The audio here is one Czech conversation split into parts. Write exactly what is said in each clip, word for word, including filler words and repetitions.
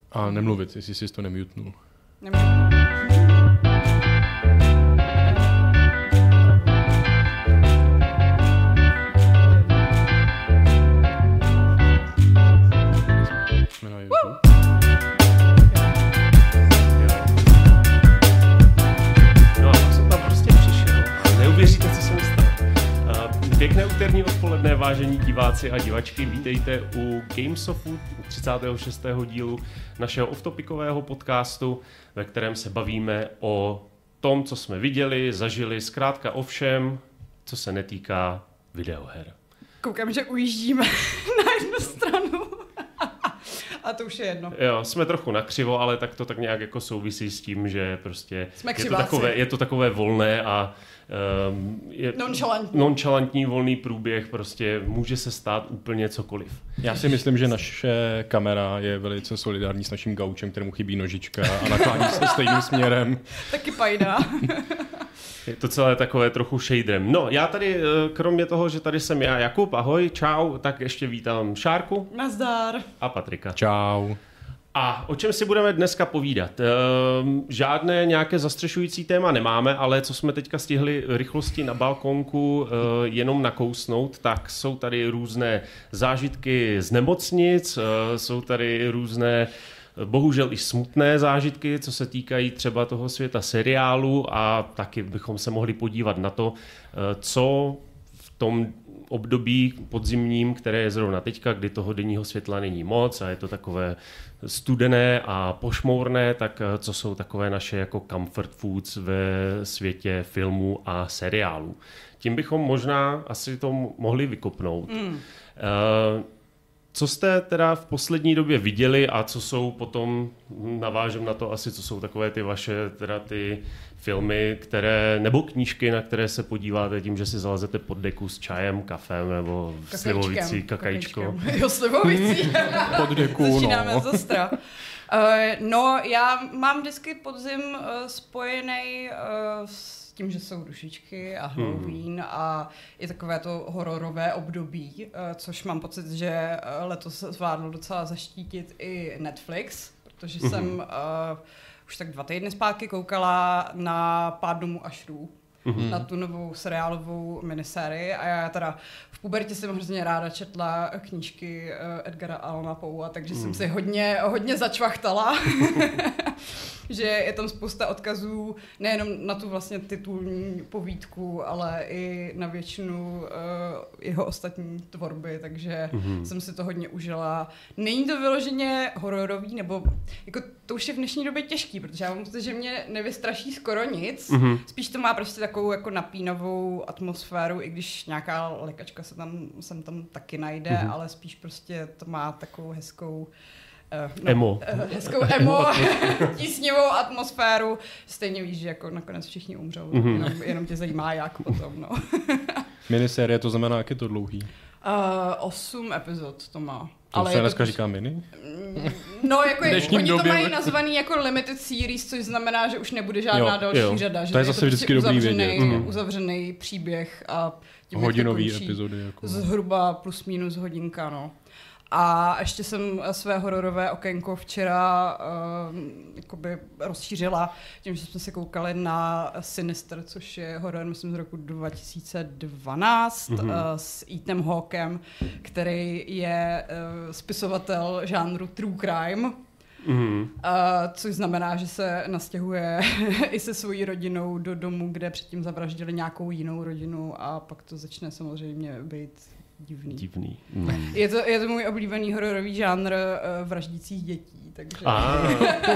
A nemluvit, jestli jsi to nemutnul. Nemluvit. Pěkné úterní odpoledne, vážení diváci a divačky, vítejte u Gamesofu, u třicátého šestého dílu našeho off-topicového podcastu, ve kterém se bavíme o tom, co jsme viděli, zažili, zkrátka o všem, co se netýká videoher. Koukám, že ujíždíme na jednu stranu. A to už je jedno. Jo, jsme trochu nakřivo, ale tak to tak nějak jako souvisí s tím, že prostě je to, takové, je to takové volné a um, je nonchalantní. nonchalantní volný průběh, prostě může se stát úplně cokoliv. Já si myslím, že naše kamera je velice solidární s naším gaučem, kterému chybí nožička a naklání se stejným směrem. Taky pajda. Je to celé takové trochu shaderem. No, já tady, kromě toho, že tady jsem já, Jakub, ahoj, čau, tak ještě vítám Šárku. Nazdar. A Patrika. Čau. A o čem si budeme dneska povídat? Ehm, žádné nějaké zastřešující téma nemáme, ale co jsme teďka stihli rychlosti na balkonku e, jenom nakousnout, tak jsou tady různé zážitky z nemocnic, e, jsou tady různé bohužel i smutné zážitky, co se týkají třeba toho světa seriálu a taky bychom se mohli podívat na to, co v tom období podzimním, které je zrovna teďka, kdy toho denního světla není moc a je to takové studené a pošmourné, tak co jsou takové naše jako comfort foods ve světě filmů a seriálů. Tím bychom možná asi to mohli vykopnout. Mm. Uh, Co jste teda v poslední době viděli a co jsou potom, navážem na to asi, co jsou takové ty vaše teda ty filmy, které, nebo knížky, na které se podíváte tím, že si zalezete pod deku s čajem, kafem nebo slivovicí, kakajíčko. Jo, slivovicí. Pod deku, začínáme no. zostra. Uh, no, já mám vždycky podzim uh, spojený uh, s tím, že jsou dušičky a Halloween hmm. a je takové to hororové období, což mám pocit, že letos zvládl docela zaštítit i Netflix, protože hmm. jsem uh, už tak dva týdny zpátky koukala na Pád domu Usherů, hmm. na tu novou seriálovou minisérii a já teda v pubertě jsem hrozně ráda četla knížky uh, Edgara Allana Poea, takže hmm. jsem si hodně, hodně začvachtala. Že je tam spousta odkazů nejenom na tu vlastně titulní povídku, ale i na většinu uh, jeho ostatní tvorby, takže mm-hmm. jsem si to hodně užila. Není to vyloženě hororový, nebo jako to už je v dnešní době těžký, protože já mám pocit, že mě nevystraší skoro nic. Mm-hmm. Spíš to má prostě takovou jako napínavou atmosféru, i když nějaká lekačka se tam, sem tam taky najde, mm-hmm. ale spíš prostě to má takovou hezkou Uh, no, emo. Uh, hezkou emo, tísnivou atmosféru. Stejně víš, že jako nakonec všichni umřou, mm-hmm. jenom, jenom tě zajímá jak potom. No. Minisérie, to znamená, jak je to dlouhý? Uh, osm epizod to má. To ale se dneska to, říká mini? No, jako je, oni době... to mají nazvaný jako limited series, což znamená, že už nebude žádná jo, další jo. řada. Že to je je zase to vždycky prostě dobrý uzavřený, vědět. Mm. uzavřený příběh a tím, hodinový epizody. Jako... Zhruba plus minus hodinka, no. A ještě jsem své hororové okénko včera uh, jakoby rozšířila tím, že jsme se koukali na Sinister, což je horor, myslím, z roku dva tisíce dvanáct mm-hmm. uh, s Ethanem Hawkem, který je uh, spisovatel žánru true crime. Mm-hmm. Uh, což znamená, že se nastěhuje i se svojí rodinou do domu, kde předtím zavraždili nějakou jinou rodinu a pak to začne samozřejmě být divný. Divný. Mm. Je, to, je to můj oblíbený hororový žánr uh, vraždících dětí, takže... Ah.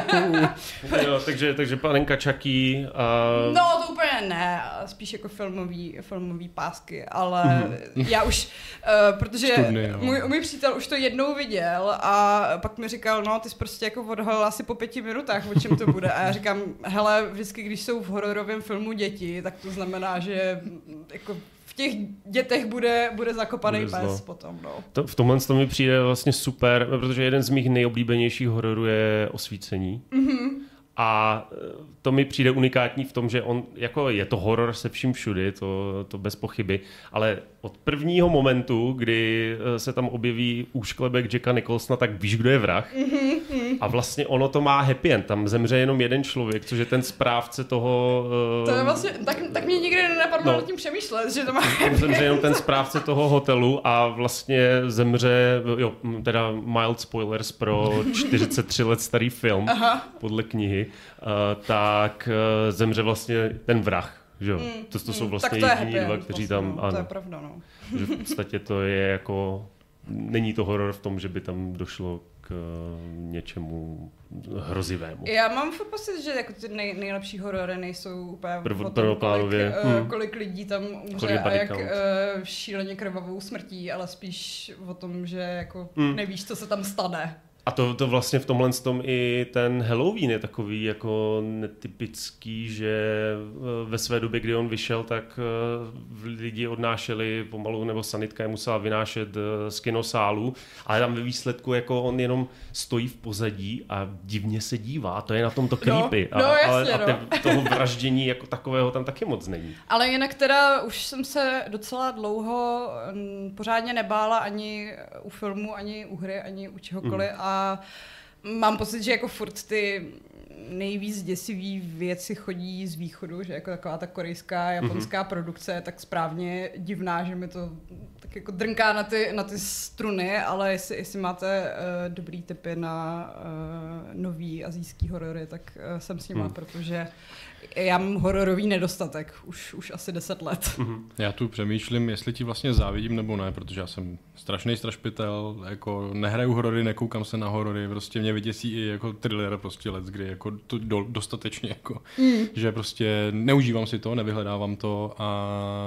jo, takže, takže panenka Chucky a... No, to úplně ne, spíš jako filmový, filmový pásky, ale mm. já už, uh, protože Studny, můj, můj přítel už to jednou viděl a pak mi říkal, no, ty jsi prostě jako odhalil asi po pěti minutách, o čem to bude. A já říkám, hele, vždycky, když jsou v hororovém filmu děti, tak to znamená, že jako v těch dětech bude, bude zakopaný bude pes potom, no. To, v tomhle to mi přijde vlastně super, protože jeden z mých nejoblíbenějších hororů je Osvícení. Mm-hmm. A to mi přijde unikátní v tom, že on, jako je to horor se vším všudy, to, to bez pochyby, ale od prvního momentu, kdy se tam objeví úšklebek Jacka Nicholsona, tak víš, kdo je vrah. Mm-hmm. A vlastně ono to má happy end, tam zemře jenom jeden člověk, což je ten správce toho... Uh... To je vlastně, tak, tak mě nikdy nenapadlo no. nad tím přemýšlet, že to má happy end. Zemře jenom ten správce toho hotelu a vlastně zemře, jo, teda mild spoilers pro čtyřicet tři let starý film, Aha. podle knihy, uh, tak uh, zemře vlastně ten vrah. Že? Mm, to, to jsou vlastně to jediní dva, kteří vlastně, tam... No, ano, to je pravda, no. Že v podstatě to je jako... Není to horor v tom, že by tam došlo k něčemu hrozivému. Já mám fakt pocit, že jako ty nej, nejlepší horory nejsou úplně Prv, o tom, kolik, hmm. kolik lidí tam umře a jak uh, šíleně krvavou smrtí, ale spíš o tom, že jako hmm. nevíš, co se tam stane. A to, to vlastně v tomhle tom i ten Halloween je takový jako netypický, že ve své době, kdy on vyšel, tak lidi odnášeli pomalu, nebo sanitka je musela vynášet z kinosálu, ale tam ve výsledku jako on jenom stojí v pozadí a divně se dívá. To je na tom to creepy. No, no, a, jasně, ale, no. a te, toho vraždění jako takového tam taky moc není. Ale jinak teda už jsem se docela dlouho m, pořádně nebála ani u filmu, ani u hry, ani u čehokoliv mm. a A mám pocit, že jako furt ty nejvíc děsivý věci chodí z východu, že jako taková ta korejská, japonská mm-hmm. produkce je tak správně divná, že mi to tak jako drnká na ty, na ty struny, ale jestli, jestli máte uh, dobrý tipy na uh, nový asijský horory, tak uh, jsem s nima, mm. protože já mám hororový nedostatek už, už asi deset let. Mm-hmm. Já tu přemýšlím, jestli ti vlastně závidím nebo ne, protože já jsem strašný strašpitel, jako nehraju horory, nekoukám se na horory, prostě mě vyděsí i jako thriller prostě let, kdy jako to do, dostatečně jako, mm. že prostě neužívám si to, nevyhledávám to a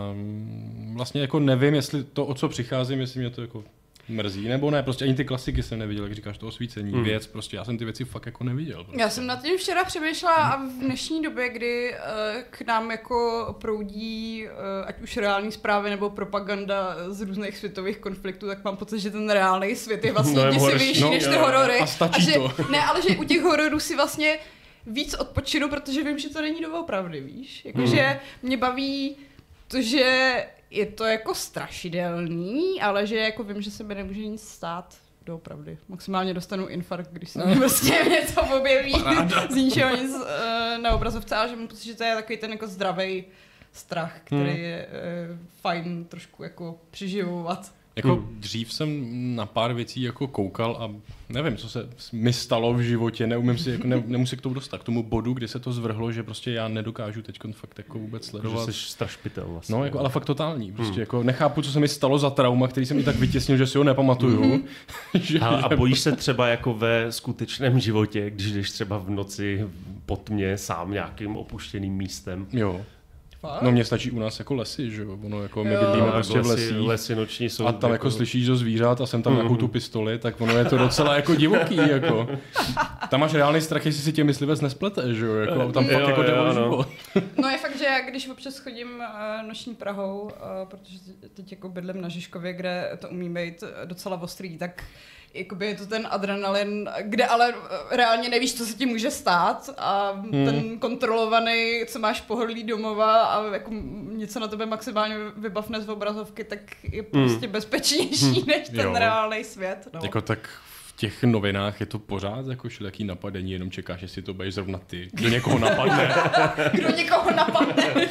vlastně jako nevím, jestli to, o co přicházím, jestli mě to jako mrzí, nebo ne, prostě ani ty klasiky jsem neviděl, jak říkáš, to osvícení, hmm. věc, prostě já jsem ty věci fakt jako neviděl. Prostě. Já jsem nad tím včera přemýšlela a v dnešní době, kdy uh, k nám jako proudí uh, ať už reální zprávy nebo propaganda z různých světových konfliktů, tak mám pocit, že ten reálný svět je vlastně no, děsivější no, než ty horory. A stačí a že, to. Ne, ale že u těch hororů si vlastně víc odpočinu, protože vím, že to není doopravdy, víš? Jakože hmm. mě baví to, že je to jako strašidelný, ale že jako vím, že se mi nemůže nic stát doopravdy. Maximálně dostanu infarkt, když se mi prostě něco objeví z ničeho nic uh, na obrazovce, ale že mám pocit, že to je takový ten jako zdravý strach, který hmm. je uh, fajn trošku jako přiživovat. Jako hmm. dřív jsem na pár věcí jako koukal a nevím, co se mi stalo v životě, neumím si, jako ne, nemůžu se k tomu dostat, k tomu bodu, kdy se to zvrhlo, že prostě já nedokážu teď fakt jako vůbec sledovat. Že jsi strašpitel vlastně. No, jako, ale fakt totální. Prostě hmm. jako nechápu, co se mi stalo za trauma, který jsem i tak vytěsnil, že si ho nepamatuju. Hmm. že, a, a bojíš se třeba jako ve skutečném životě, když jdeš třeba v noci po tmě sám nějakým opuštěným místem? Jo. No mně stačí u nás jako lesy, že jo, ono jako my bydlíme prostě v lesích lesy noční jsou a tam jako, jako slyšíš do zvířat a jsem tam mm. nějakou tu pistoli, tak ono je to docela jako divoký, jako. Tam máš reálný strach, jestli si tě myslivec nesplete, že jo, jako tam fakt jo, jako jde o život. No je fakt, že já když občas chodím uh, noční Prahou, uh, protože teď jako bydlím na Žižkově, kde to umí být docela ostrý, tak jakoby je to ten adrenalin, kde ale reálně nevíš, co se ti může stát a hmm. ten kontrolovaný, co máš pohodlí domova a jako něco na tebe maximálně vybavne z obrazovky, tak je prostě hmm. bezpečnější hmm. než ten jo. reálný svět. No. Jako tak v těch novinách je to pořád jako všelijaký napadení, jenom čekáš, jestli to budeš zrovna ty, kdo někoho napadne. Kdo někoho napadne.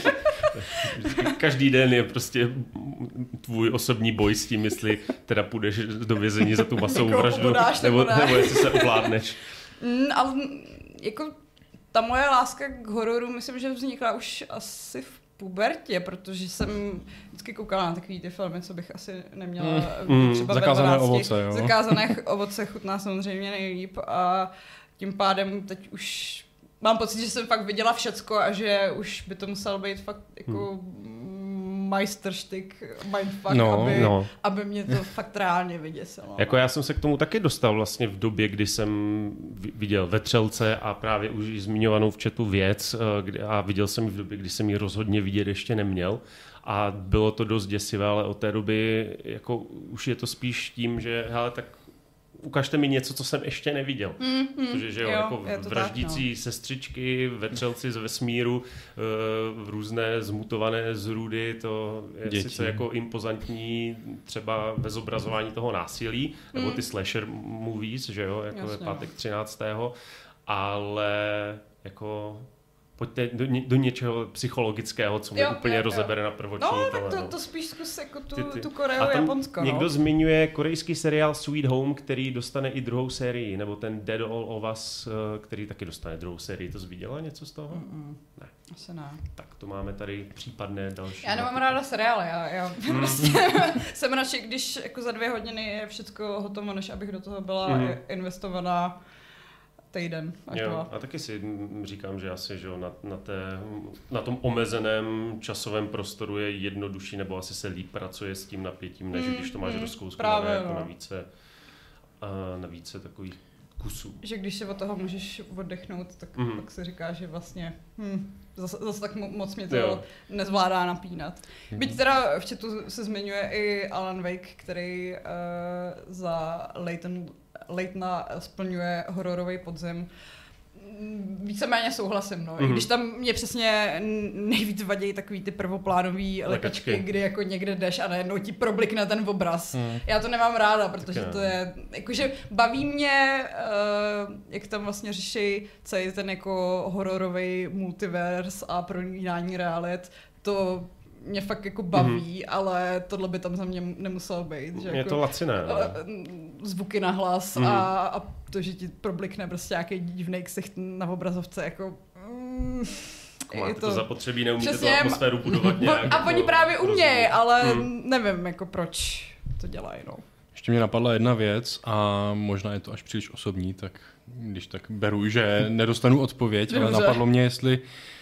Každý den je prostě tvůj osobní boj s tím, jestli teda půjdeš do vězení za tu masovou vraždu, nebo, nebo jestli se ovládneš. Mm, ale jako ta moje láska k hororu, myslím, že vznikla už asi v pubertě, protože jsem vždycky koukala na takový ty filmy, co bych asi neměla mm, třeba zakázané ve dvanácti. Ovoce, jo. Zakázané ovoce chutná samozřejmě nejlíp a tím pádem teď už mám pocit, že jsem fakt viděla všecko a že už by to musel být fakt jako hmm. majsterštyk, mindfuck, no, aby, no. aby mě to fakt reálně vyděsilo. Jako já jsem se k tomu taky dostal vlastně v době, kdy jsem viděl Vetřelce a právě už zmiňovanou v chatu Věc a viděl jsem ji v době, kdy jsem ji rozhodně vidět ještě neměl. A bylo to dost děsivé, ale od té doby jako už je to spíš tím, že hele, tak ukažte mi něco, co jsem ještě neviděl. Mm, mm, Protože, že jo, jo, jako je to vraždící tak, no. sestřičky, vetřelci z vesmíru, uh, různé zmutované zrůdy, to je Děti. sice jako impozantní třeba ve zobrazování toho násilí, mm. nebo ty slasher movies, že jo, jako Jasně, je pátek třináctého ale jako pojďte do, ně, do něčeho psychologického, co mě Jo, úplně jo, rozebere jo. na prvoční No, tele. tak to, no. to spíš zkus jako tu, Ty, ty. tu Koreu A tam Japonsko, no. někdo zmiňuje korejský seriál Sweet Home, který dostane i druhou sérii, nebo ten Dead All of Us, který taky dostane druhou sérii. To jsi viděla něco z toho? Mm-mm. Ne. Asi ne. Tak to máme tady případné další. Já nemám ráda seriály, já, já mm. prostě jsem radši, když jako za dvě hodiny je všecko hotovo, než abych do toho byla mm. investovaná týden až jo, dva. a taky si říkám, že asi že jo, na, na, té, na tom omezeném časovém prostoru je jednodušší, nebo asi se líp pracuje s tím napětím, než mm, když to máš mm, rozkouskované jako no. na více, a na více takových kusů. Že když si od toho můžeš oddechnout, tak mm. pak si říkáš, že vlastně hm, zase, zase tak moc mě to jo. nezvládá napínat. Mm. Byť teda v chatu se zmiňuje i Alan Wake, který uh, za Leighton Leightona splňuje hororový podzim. Víceméně souhlasím, no. Mm-hmm. I když tam mě přesně nejvíc vadí takový ty prvoplánový lekačky, kdy jako někde jdeš a najednou ti problikne ten obraz. Mm. Já to nemám ráda, protože to je, jakože baví mě, uh, jak tam vlastně řeší celý ten jako hororový multiverse a prolínání realit. To mě fakt jako baví, mm. ale tohle by tam za mě nemuselo být. Že je jako, to laciné. No. Zvuky na hlas mm. a, a to, že ti problikne prostě nějaký divnej ksicht na obrazovce, jako... Mm, Máte to, to zapotřebí, neumíte přesně, tu atmosféru budovat nějak. A oni právě umějí, ale mm. nevím, jako proč to dělají, no. Ještě mě napadla jedna věc a možná je to až příliš osobní, tak když tak beru, že nedostanu odpověď, Dobře. ale napadlo mě, jestli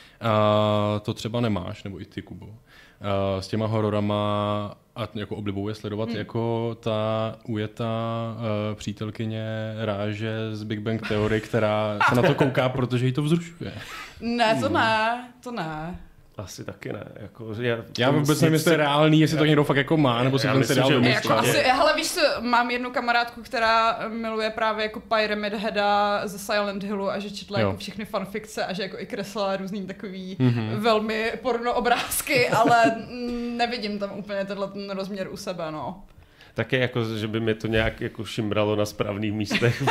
uh, to třeba nemáš, nebo i ty, Kubo. Uh, s těma hororama a jako oblibou je sledovat hmm. jako ta ujetá uh, přítelkyně Ráže z Big Bang Theory, která se na to kouká, protože jí to vzrušuje. Ne, to ne, to ne. Asi taky ne. Jako, já já vůbec nevím, jestli to je reálný, jestli já, to někdo fakt jako má, nebo si ten seriál vymyslel. Jako hele, víš co, mám jednu kamarádku, která miluje právě jako Pyramid Heada ze Silent Hillu a že četla jo. jako všechny fanfikce a že jako i kreslila různý takový mm-hmm. velmi porno obrázky, ale nevidím tam úplně tenhle ten rozměr u sebe, no. Také jako, že by mi to nějak jako šimralo na správných místech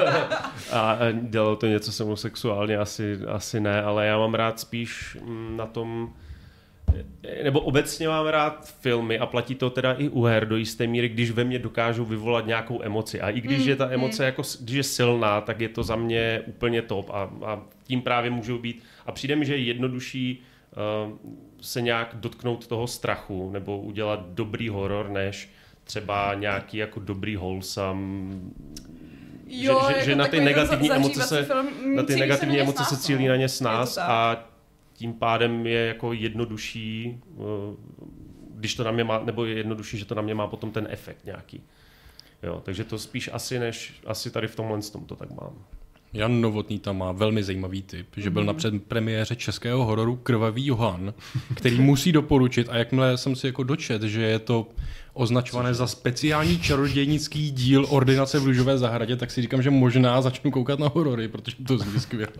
a dělalo to něco se mnou sexuálně, asi, asi ne, ale já mám rád spíš na tom, nebo obecně mám rád filmy a platí to teda i u her do jisté míry, když ve mně dokážou vyvolat nějakou emoci. A i když mm, je ta emoce mm. jako, když je silná, tak je to za mě úplně top a, a tím právě můžou být. A přijde mi, že je jednodušší uh, se nějak dotknout toho strachu nebo udělat dobrý horor, než třeba nějaký jako dobrý wholesome, jo, že, že, že na ty negativní emoce se, film, na ty negativní se emoce se cílí no. na ně s nás a tím pádem je jako jednodušší, když to na mě má, nebo je jednodušší, že to na mě má potom ten efekt nějaký. Jo, takže to spíš asi než, asi tady v tomhle tom to tak mám. Jan Novotný tam má velmi zajímavý tip, že byl mm. na předpremiéře českého hororu Krvavý Johan, který musí doporučit a jakmile jsem si jako dočet, že je to označované za speciální čarodějnický díl Ordinace v Růžové zahradě, tak si říkám, že možná začnu koukat na horory, protože to zní skvěle.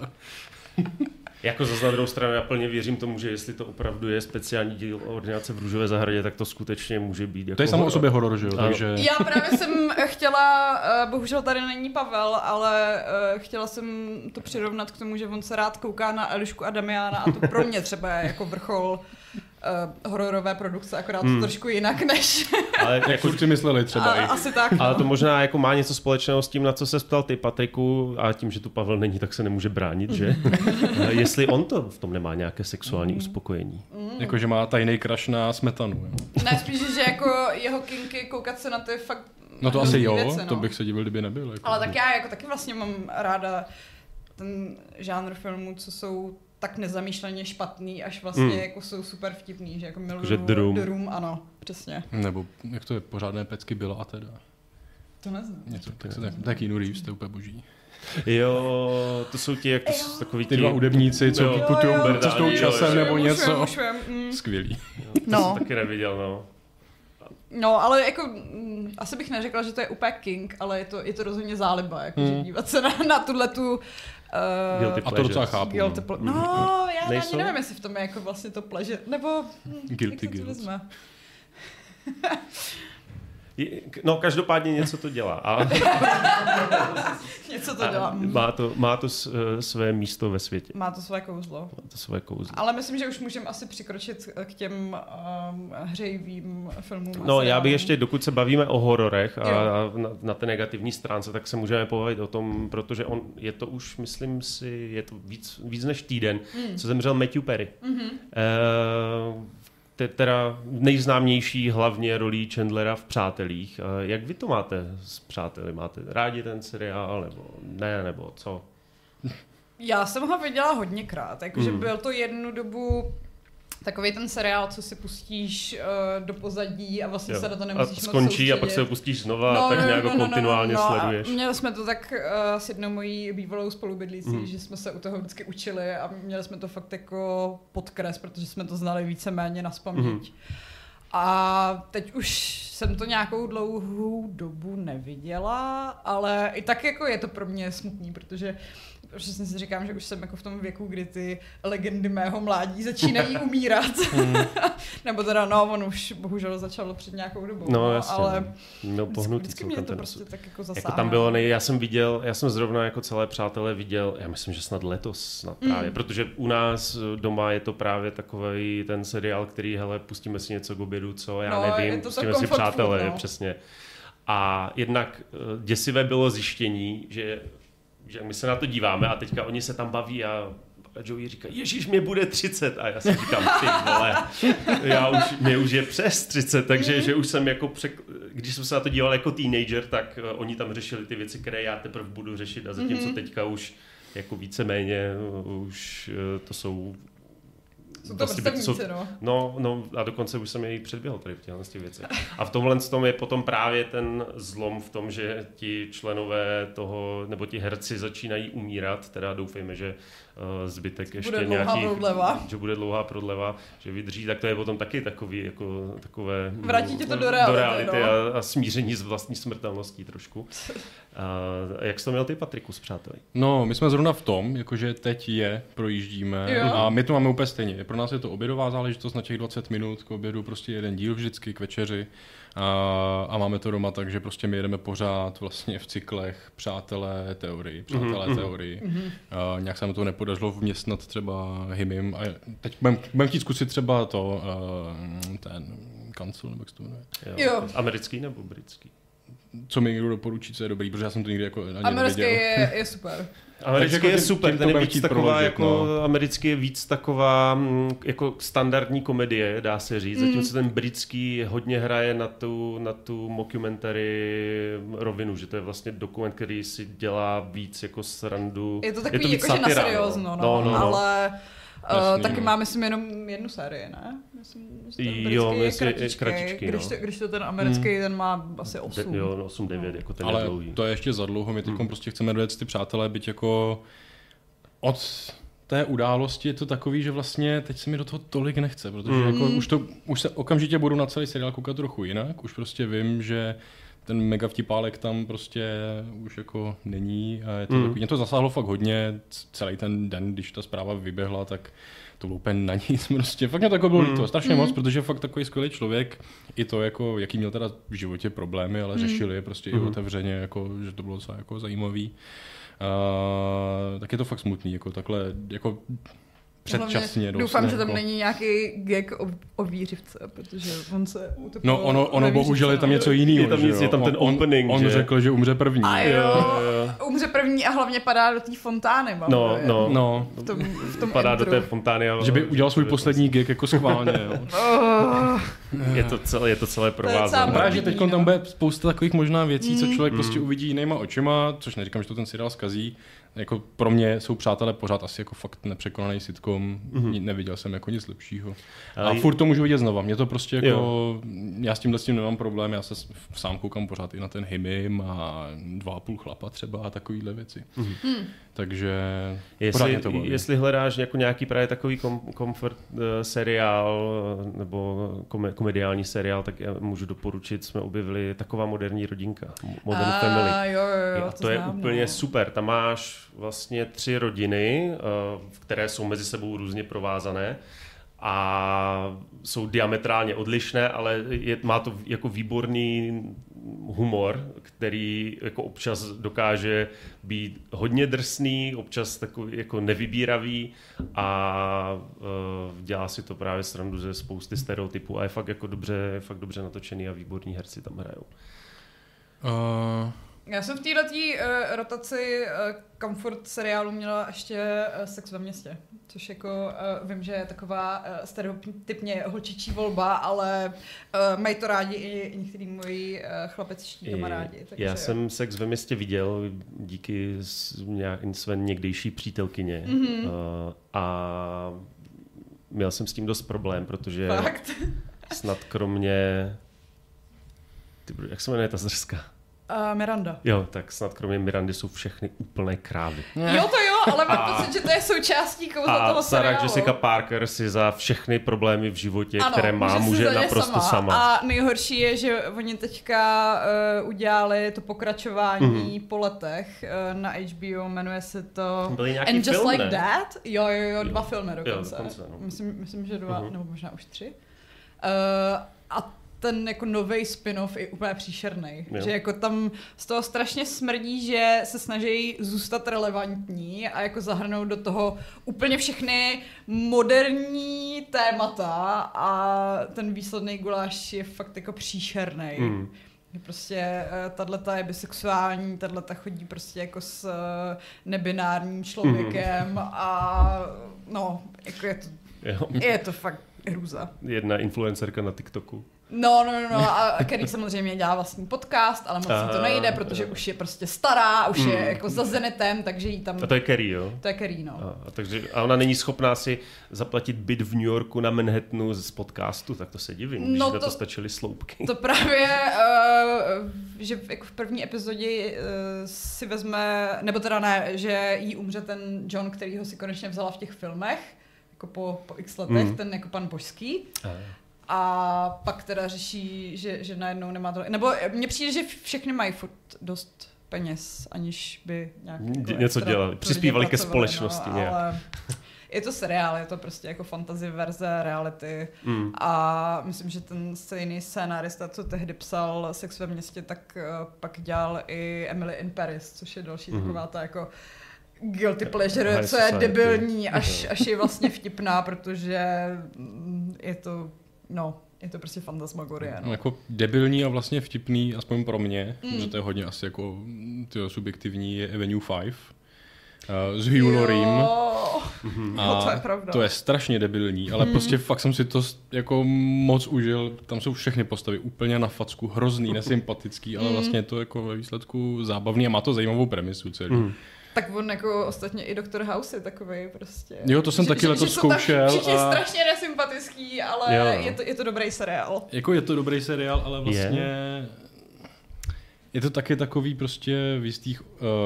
Jako zase na druhou stranu já plně věřím tomu, že jestli to opravdu je speciální díl Ordinace v Růžové zahradě, tak to skutečně může být. Jako to je samo o sobě horor, že jo? Takže... Já právě jsem chtěla, bohužel tady není Pavel, ale chtěla jsem to přirovnat k tomu, že on se rád kouká na Elišku a Damiana a to pro mě třeba je jako vrchol Uh, hororové produkce, akorát hmm. to trošku jinak než... Ale jak už si mysleli třeba a, i. Asi tak. Ale to možná jako má něco společného s tím, na co se ptal ty, Patriku, a tím, že tu Pavel není, tak se nemůže bránit, že? Jestli on to v tom nemá nějaké sexuální mm. uspokojení. Mm. Jako, že má tajný crush na smetanu. Jo? Ne, spíš, že jako jeho kinky koukat se na ty fakt... No to asi jo, věci, no. To bych se divil, kdyby nebyl. Jako. Ale tak já jako taky vlastně mám ráda ten žánr filmů, co jsou tak nezamýšleně špatný, až vlastně mm. jako jsou super vtipný, že jako miluju že The Room. The Room, ano, přesně. Nebo jak to je, pořádné pecky bylo a teda. To neznám. Něco, tak se tak, taky Keanu Reeves, to je úplně boží. Jo, to jsou ti jak to jsou takový ty dva hudebníci, co putují cestou časem nebo už něco. Už vím, už vím. Skvělý. Jo, to no. jsem taky neviděl, no. No, ale jako, mm, asi bych neřekla, že to je úplně king, ale je to, je to rozhodně záliba, jako, hmm. že dívat se na, na tuhletu... Uh, a to docela chápu. No, pl- no já Nejsou? ani nevím, jestli v tom je jako vlastně to pleasure, nebo... Hm, Guilty guilt. No, každopádně něco to dělá. A... něco to dělá. Má to, má to své místo ve světě. Má to své kouzlo. Má to své kouzlo. Ale myslím, že už můžeme asi přikročit k těm um, hřejivým filmům. No, já bych ještě, dokud se bavíme o hororech a, a na, na té negativní stránce, tak se můžeme povědět o tom, protože on je to už, myslím si, je to víc, víc než týden, mm. co zemřel Matthew Perry. Mm-hmm. E- teda nejznámější hlavně rolí Chandlera v Přátelích. Jak vy to máte s Přáteli? Máte rádi ten seriál, nebo ne, nebo co? Já jsem ho viděla hodněkrát, jakože mm. byl to jednu dobu takový ten seriál, co si pustíš uh, do pozadí a vlastně jo. se na to nemusíš moc skončí soustředit. A pak se ho pustíš znova no, a tak no, nějak no, no, no, kontinuálně no, no, sleduješ. A měli jsme to tak uh, s jednou mojí bývalou spolubydlící, mm. že jsme se u toho vždycky učili a měli jsme to fakt jako podkres, protože jsme to znali víceméně nazpaměť. Mm. A teď už jsem to nějakou dlouhou dobu neviděla, ale i tak jako je to pro mě smutný, protože přesně si říkám, že už jsem jako v tom věku, kdy ty legendy mého mládí začínají umírat. Mm. Nebo teda, no, on už bohužel začalo před nějakou dobou. No, jasně. Ale no, pohnutý vždycky mě to prostě tak jako zasáhne. Jako tam bylo, nej, já jsem viděl, já jsem zrovna jako celé Přátelé viděl, já myslím, že snad letos snad právě, mm. protože u nás doma je to právě takovej ten seriál, který, hele, pustíme si něco k obědu, co, já no, nevím, pustíme si Přátelé, food, no. Přesně. A jednak děsivé bylo zjištění, že že my se na to díváme a teďka oni se tam baví a, a Joey říká, ježíš, mě bude třicet a já si říkám, ty vole, já už, mě už je přes třicet, takže že už jsem jako, přek... když jsem se na to díval jako teenager, tak uh, oni tam řešili ty věci, které já teprve budu řešit a zatímco mm-hmm. teďka už jako víceméně uh, už uh, to jsou Jsou to vlastně jsou, no. no. No a dokonce už jsem jej předběhl tady v těchto těch věcech. A v tomhle tom je potom právě ten zlom v tom, že ti členové toho, nebo ti herci začínají umírat, teda doufejme, že uh, zbytek ještě bude nějaký, prodleva. že bude dlouhá prodleva, že vydrží, tak to je potom taky takový, jako takové... Vrátí tě to do reality, do reality no. a, a smíření s vlastní smrtelností trošku. A jak jsi to měl ty, Patriku, s Přáteli? No, my jsme zrovna v tom, jakože teď je, projíždíme jo. a my to máme úplně stejně. Pro nás je to obědová záležitost na těch dvacet minut, k obědu prostě jeden díl vždycky, k večeři a, a máme to doma tak, že prostě my jedeme pořád vlastně v cyklech Přátelé teorii, Přátelé mm-hmm. teorii. Mm-hmm. A nějak se nám to nepodařilo vměstnat třeba hymim a teď budeme chtít zkusit třeba to, uh, ten kancel, nebo jak se to jmenuje. Jo. Jo. Americký nebo britský? Co mi někdo doporučí, co je dobrý, protože já jsem to nikdy jako ani americký neviděl. je, je super. Americký jako je tím, super, tím ten je víc chtít taková, proložit, jako, no. americký je víc taková jako standardní komedie, dá se říct, mm. zatímco ten britský hodně hraje na tu, na tu mockumentary rovinu, že to je vlastně dokument, který si dělá víc jako srandu. Je to takový, je to víc jakože satira, na seriózno, no, no, no, no. ale... Jasný, uh, taky no. má, myslím, jenom jednu sérii, ne? Myslím, že jo, je myslím, kratičkej, kratičký, když, no. to, když to ten americký, hmm. ten má asi osm. De, jo, no, osm devět, jako ten ale je dlouhý. To je ještě za dlouho, my teď hmm. prostě chceme dojet ty Přátelé, byť jako od té události je to takový, že vlastně teď se mi do toho tolik nechce, protože hmm. jako už, to, už se okamžitě budu na celý seriál koukat trochu jinak, už prostě vím, že ten mega vtipálek tam prostě už jako není a je to mm. takový, mě to zasáhlo fakt hodně, celý ten den, když ta zpráva vyběhla, tak to bylo úplně na nic prostě, fakt mě to jako bylo líto, mm. strašně mm. moc, protože fakt takový skvělý člověk, i to jako, jaký měl teda v životě problémy, ale mm. řešili je prostě mm. i otevřeně, jako, že to bylo docela jako zajímavý. Uh, tak je to fakt smutný, jako takhle, jako předčasně dost. Doufám, ne, že tam jako... není nějaký gag o, o vířivce, protože on se utopil. No ono, ono bohužel je tam něco jiného. Je tam, nic, je tam ten on, opening, on, že? on řekl, že umře první. A jo, jo, jo. Umře první a hlavně padá do té fontány. Mám no, no, no. V tom, v tom padá intru. do té fontány. Ale... Že by udělal svůj poslední gig jako schválně. Jo. je, to celé, je to celé provázané. Právě, že teď tam bude spousta takových možná věcí, co člověk mm. prostě uvidí jinýma očima, což neříkám, že to ten seriál zkazí. Jako pro mě jsou Přátelé pořád asi jako fakt nepřekonaný sitcom, mm-hmm. neviděl jsem jako nic lepšího. A Ale... furt to můžu vidět znova, mě to prostě jako, jo. já s tímhle s tím nemám problém, já se sám koukám pořád i na ten Hymim a Dva a půl chlapa třeba a takovýhle věci. Mm-hmm. Takže jestli, to jestli hledáš jako nějaký právě takový kom, comfort uh, seriál nebo kom, komediální seriál, tak já můžu doporučit, jsme objevili Taková moderní rodinka, Modern A, Family. Jo, jo, jo, A to, to je znám, úplně no. super. Tam máš vlastně tři rodiny, které jsou mezi sebou různě provázané a jsou diametrálně odlišné, ale je, má to jako výborný humor, který jako občas dokáže být hodně drsný, občas takový jako nevybíravý a uh, dělá si to právě srandu ze spousty stereotypů a je fakt jako dobře, je fakt dobře natočený a výborní herci tam hrajou. Uh... Já jsem v této uh, rotaci uh, comfort seriálu měla ještě uh, Sex ve městě, což jako uh, vím, že je taková uh, stereotypně holčičí volba, ale uh, mají to rádi i některý moji uh, chlapečtí kamarádi. Já jo. jsem Sex ve městě viděl díky nějak, své někdejší přítelkyně mm-hmm. uh, a měl jsem s tím dost problém, protože Fakt? snad kromě... Ty, jak se jmenuje ta zrska? Uh, Miranda. Jo, tak snad kromě Mirandy jsou všechny úplné krávy. Jo, to jo, ale mám pocit, že to je součástí kouzla toho A Sarah seriálu. Jessica Parker si za všechny problémy v životě, ano, které má, může naprosto sama. sama. A nejhorší je, že oni teďka uh, udělali to pokračování mm-hmm. po letech uh, na H B O, jmenuje se to Byly nějaký And Just film, Like ne? That. Jo, jo, jo, dva filmy dokonce. Jo, dokonce no. myslím, myslím, že dva, mm-hmm. nebo možná už tři. Uh, a ten jako novej spin-off je úplně příšerný. Že jako tam z toho strašně smrdí, že se snaží zůstat relevantní a jako zahrnout do toho úplně všechny moderní témata a ten výsledný guláš je fakt jako příšerný. Mm. Prostě tato je bisexuální, tato chodí prostě jako s nebinárním člověkem mm. a no, jako je to, jo. je to fakt hrůza. Jedna influencerka na TikToku. No, no, no, no, a Kerry samozřejmě dělá vlastní podcast, ale moc si to nejde, protože už je prostě stará, už je jako za zenitem, takže jí tam... A to je Kerry, jo? To je Kerry, no. A, a, takže, a ona není schopná si zaplatit byt v New Yorku na Manhattanu z podcastu, tak to se divím, když no na to, to stačily sloupky. To právě, uh, že jako v první epizodě uh, si vezme, nebo teda ne, že jí umře ten John, který ho si konečně vzala v těch filmech, jako po, po x letech, mm. ten jako pan božský. A. A pak teda řeší, že, že najednou nemá to... Nebo mně přijde, že všechny mají furt dost peněz, aniž by nějak... Jako něco dělali, přispívali ke společnosti no, nějak. Ale je to seriál, je to prostě jako fantasy verze reality. Mm. A myslím, že ten stejný scénárista, co tehdy psal Sex ve městě, tak uh, pak dělal i Emily in Paris, což je další mm. taková ta jako... guilty pleasure, High co je society. Debilní, až, až je vlastně vtipná, protože je to, no, je to prostě fantasmagorie. No. No, jako debilní a vlastně vtipný, aspoň pro mě, mm. že to je hodně asi jako tyjo, subjektivní, je Avenue five uh, s Hugh Lauriem. A no, to je pravda. To je strašně debilní, ale mm. prostě fakt jsem si to jako moc užil. Tam jsou všechny postavy úplně na facku, hrozný, nesympatický, ale vlastně je to jako ve výsledku zábavný a má to zajímavou premisu celý. Mm. Tak on jako ostatně i doktor House je takovej prostě. Jo, to jsem že, taky že, letos že zkoušel. Všichni a... strašně nesympatický, ale jo. Je, to, je to dobrý seriál. Jako je to dobrý seriál, ale vlastně... Je, je to taky takový prostě v jistých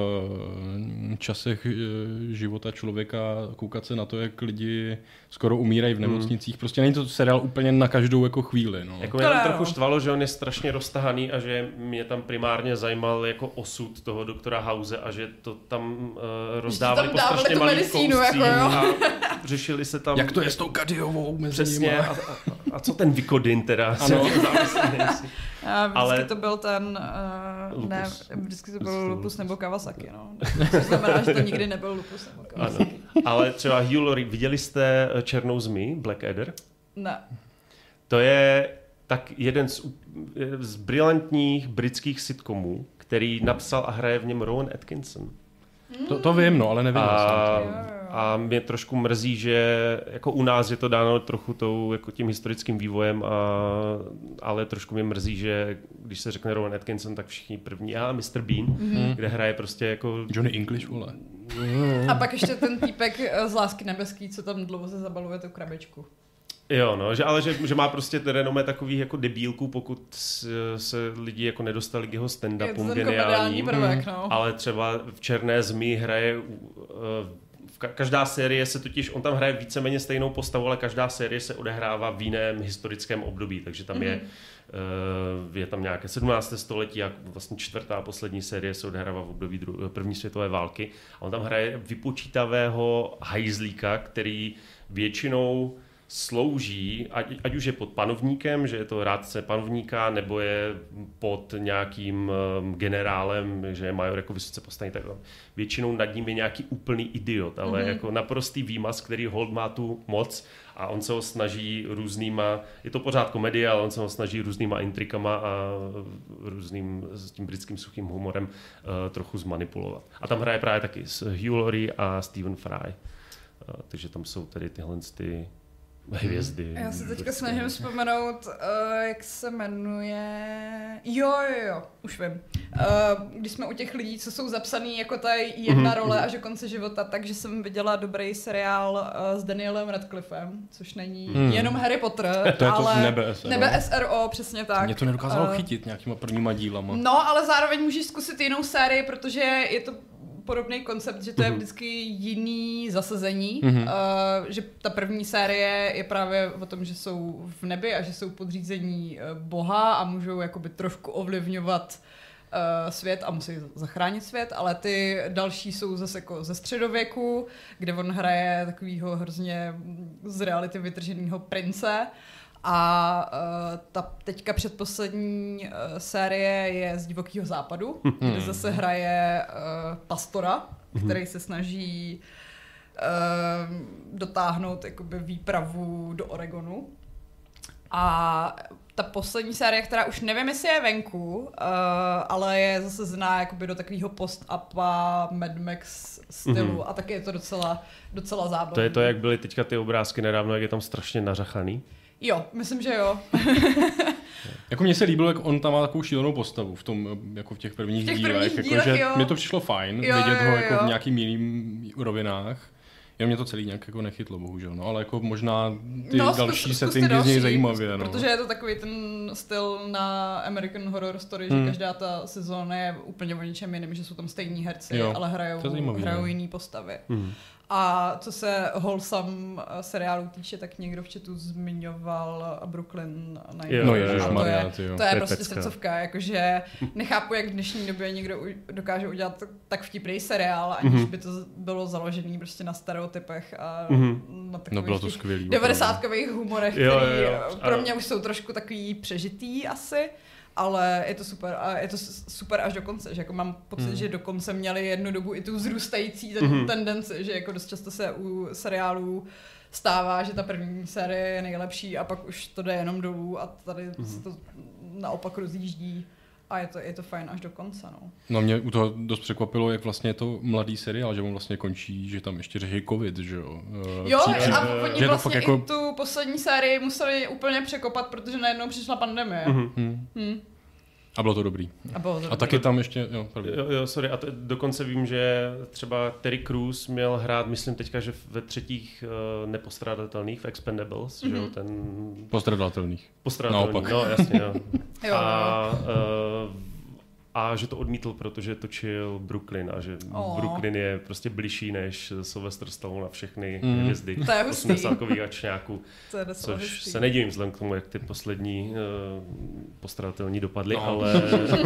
uh, časech uh, života člověka koukat se na to, jak lidi skoro umírají v nemocnicích. Mm. Prostě není to seriál úplně na každou jako chvíli. No. Jako mě tam trochu štvalo, že on je strašně roztahaný a že mě tam primárně zajímal jako osud toho doktora House a že to tam uh, rozdávali tam po strašně malých kouscích jako, a řešili se tam... Jak to je s tou Kadiovou mezi Přesně. A, a, a co ten Vykodin teda? Ano. A vždycky Ale... to byl ten, uh, ne, vždycky to byl Lupus nebo Kawasaki, no. To znamená, že to nikdy nebyl Lupus nebo Kawasaki. Ano. Ale třeba Hugh Laurie, viděli jste Černou zmi, Blackadder? Ne. To je tak jeden z, z brilantních britských sitcomů, který napsal a hraje v něm Rowan Atkinson. To, to vím, no, ale nevím. A, a mě trošku mrzí, že jako u nás je to dáno trochu tou, jako tím historickým vývojem, a, ale trošku mě mrzí, že když se řekne Rowan Atkinson, tak všichni první, a mister Bean, mm-hmm. kde hraje prostě jako... Johnny English, vole. A pak ještě ten týpek z Lásky nebeský, co tam dlouho se zabaluje tu krabičku. Jo, no, že, ale že, že má prostě renomé takových jako debílků, pokud se lidi jako nedostali k jeho stand-upům geniálním, prvek, no. Ale třeba v Černé zmi hraje uh, každá série se totiž, on tam hraje víceméně stejnou postavu, ale každá série se odehrává v jiném historickém období, takže tam mm-hmm. je je tam nějaké sedmnácté století a vlastně čtvrtá poslední série se odehrává v období dru- první světové války. A on tam hraje vypočítavého hajzlíka, který většinou slouží, ať, ať už je pod panovníkem, že je to rádce panovníka, nebo je pod nějakým um, generálem, že je major jako vysoce postavený, tak většinou nad ním je nějaký úplný idiot, ale mm-hmm. jako naprostý výmaz, který hold má tu moc a on se ho snaží různýma, je to pořád komedie, ale on se ho snaží různýma intrikama a různým s tím britským suchým humorem uh, trochu zmanipulovat. A tam hraje právě taky s Hugh Laurie a Stephen Fry. Uh, takže tam jsou tedy tyhle ty hvězdy. Já se teďka snažím vzpomenout, uh, jak se jmenuje... Jo, jo, jo, už vím. Uh, když jsme u těch lidí, co jsou zapsaný jako ta jedna mm-hmm. role až do konce života, takže jsem viděla dobrý seriál uh, s Danielem Radcliffem, což není mm. jenom Harry Potter, to je ale to nebe S R O. Nebe S R O, přesně tak. Mě to nedokázalo uh, chytit nějakýma prvníma dílama. No, ale zároveň můžeš zkusit jinou sérii, protože je to podobný koncept, že to je vždycky jiný zasazení, mm-hmm. uh, že ta první série je právě o tom, že jsou v nebi a že jsou podřízení uh, Boha a můžou jakoby trošku ovlivňovat uh, svět a musí zachránit svět, ale ty další jsou zase jako ze středověku, kde on hraje takovýho hrozně z reality vytrženého prince. A uh, ta teďka předposlední uh, série je z Divokého západu, mm. kde zase hraje uh, pastora, mm. který se snaží uh, dotáhnout jakoby výpravu do Oregonu. A ta poslední série, která už nevím, jestli je venku, uh, ale je zase zná jakoby do takového post-upa Mad Max stylu mm. a taky je to docela, docela zábavné. To je to, jak byly teďka ty obrázky nedávno, jak je tam strašně nařachaný. Jo, myslím, že jo. Jako mně se líbilo, jak on tam má takovou šílenou postavu v tom, jako v těch prvních, v těch dílech, prvních jako, dílech, že jo. mi to přišlo fajn, jo, vidět jo, ho jako jo. v nějakým jiným rovinách. Jenom mě to celý nějak jako nechytlo, bohužel, no, ale jako možná ty no, další zkus, settingy z něj zajímavě, no. Protože je to takový ten styl na American Horror Story, hmm. že každá ta sezóna je úplně o něčem jiným, že jsou tam stejní herci, jo, ale hrajou, zajímavý, hrajou no. jiný postavy. Hmm. A co se wholesome seriálu týče, tak někdo v chatu zmiňoval Brooklyn Nine-Nine. No ježišmarja, to je, to je prostě srdcovka, jakože nechápu, jak v dnešní době někdo dokáže udělat tak vtipný seriál, aniž mm-hmm. by to bylo založený prostě na stereotypech a mm-hmm. na takových no bylo to skvělý, devadesátkových humorech, jo, který jo, jo. pro mě už jsou trošku takový přežitý asi. Ale je to super a je to super až do konce, že jako mám pocit, mm. že do konce měli jednu dobu i tu vzrůstající ten, mm. tendenci, že jako dost často se u seriálů stává, že ta první série je nejlepší a pak už to jde jenom dolů a tady mm. se to naopak rozjíždí a je to, je to fajn až do konce, no. No mě u toho dost překvapilo, jak vlastně je to mladý seriál, že on vlastně končí, že tam ještě řeší covid, že jo. Jo, Při, a oni že vlastně jako... i tu poslední sérii museli úplně překopat, protože najednou přišla pandemie. Mm-hmm. Hmm. A bylo to dobrý. A, bylo to a dobrý. taky tam ještě, jo, jo, jo, sorry, a to, dokonce vím, že třeba Terry Crews měl hrát, myslím teďka, že ve třetích uh, nepostradatelných, v Expendables, mm-hmm. že jo, ten... Postradatelných. Postradatelných, Naopak. no jasně, jo. jo a, uh, a že to odmítl, protože točil Brooklyn a že oh. Brooklyn je prostě bližší než Sylvester Stallone a všechny mm. hvězdy osmdesátkových ačňáků, což hustý. Se nedivím vzhledem k tomu, jak ty poslední uh, postradatelní dopadly, no. ale,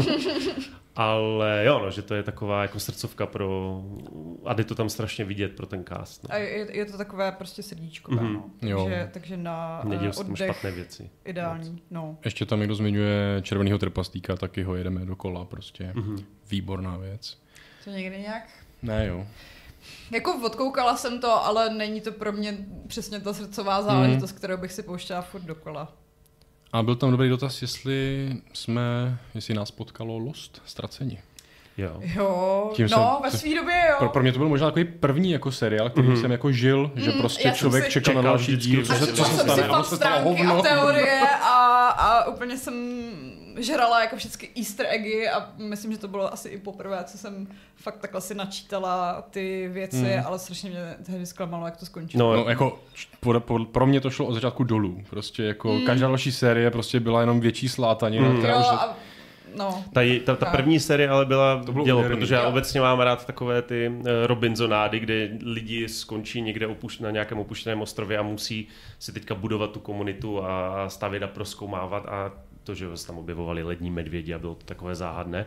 ale jo, no, že to je taková jako srdcovka pro, a jde to tam strašně vidět pro ten cast. No. A je, je to takové prostě srdíčkové, mm-hmm. no. Takže, takže na uh, oddech špatné věci. Ideální, no. Ještě tam někdo zmiňuje Červenýho trpaslíka, taky ho jedeme dokola, prostě mm-hmm. výborná věc. To někdy nějak? Ne, jo. Jako odkoukala jsem to, ale není to pro mě přesně ta srdcová záležitost, mm. kterou bych si pouštěla furt dokola. A byl tam dobrý dotaz, jestli jsme, jestli nás potkalo Lost, Ztraceni. Jo, jo no jsem, ve svý době jo. Pro, pro mě to byl možná takový první jako seriál, který mm-hmm. jsem jako žil, mm, že prostě člověk čekal na další díl, co se, co se stane, a se stalo hovno. A teorie a, a úplně jsem žrala jako všechny easter eggy a myslím, že to bylo asi i poprvé, co jsem fakt takhle si načítala ty věci, mm. ale strašně mě tehdy zklamalo, jak to skončilo. No, no jako pro, pro, pro mě to šlo od začátku dolů, prostě jako mm. každá další série prostě byla jenom větší slátanina, mm. která jo, už... A No, Ta, ta, ta první série ale byla To bylo dělo, úderný. protože já Jo. obecně mám rád takové ty uh, Robinsonády, kde lidi skončí někde opušť, na nějakém opuštěném ostrově a musí si teďka budovat tu komunitu a stavět a prozkoumávat a to, že se tam objevovali lední medvědi a bylo to takové záhadné.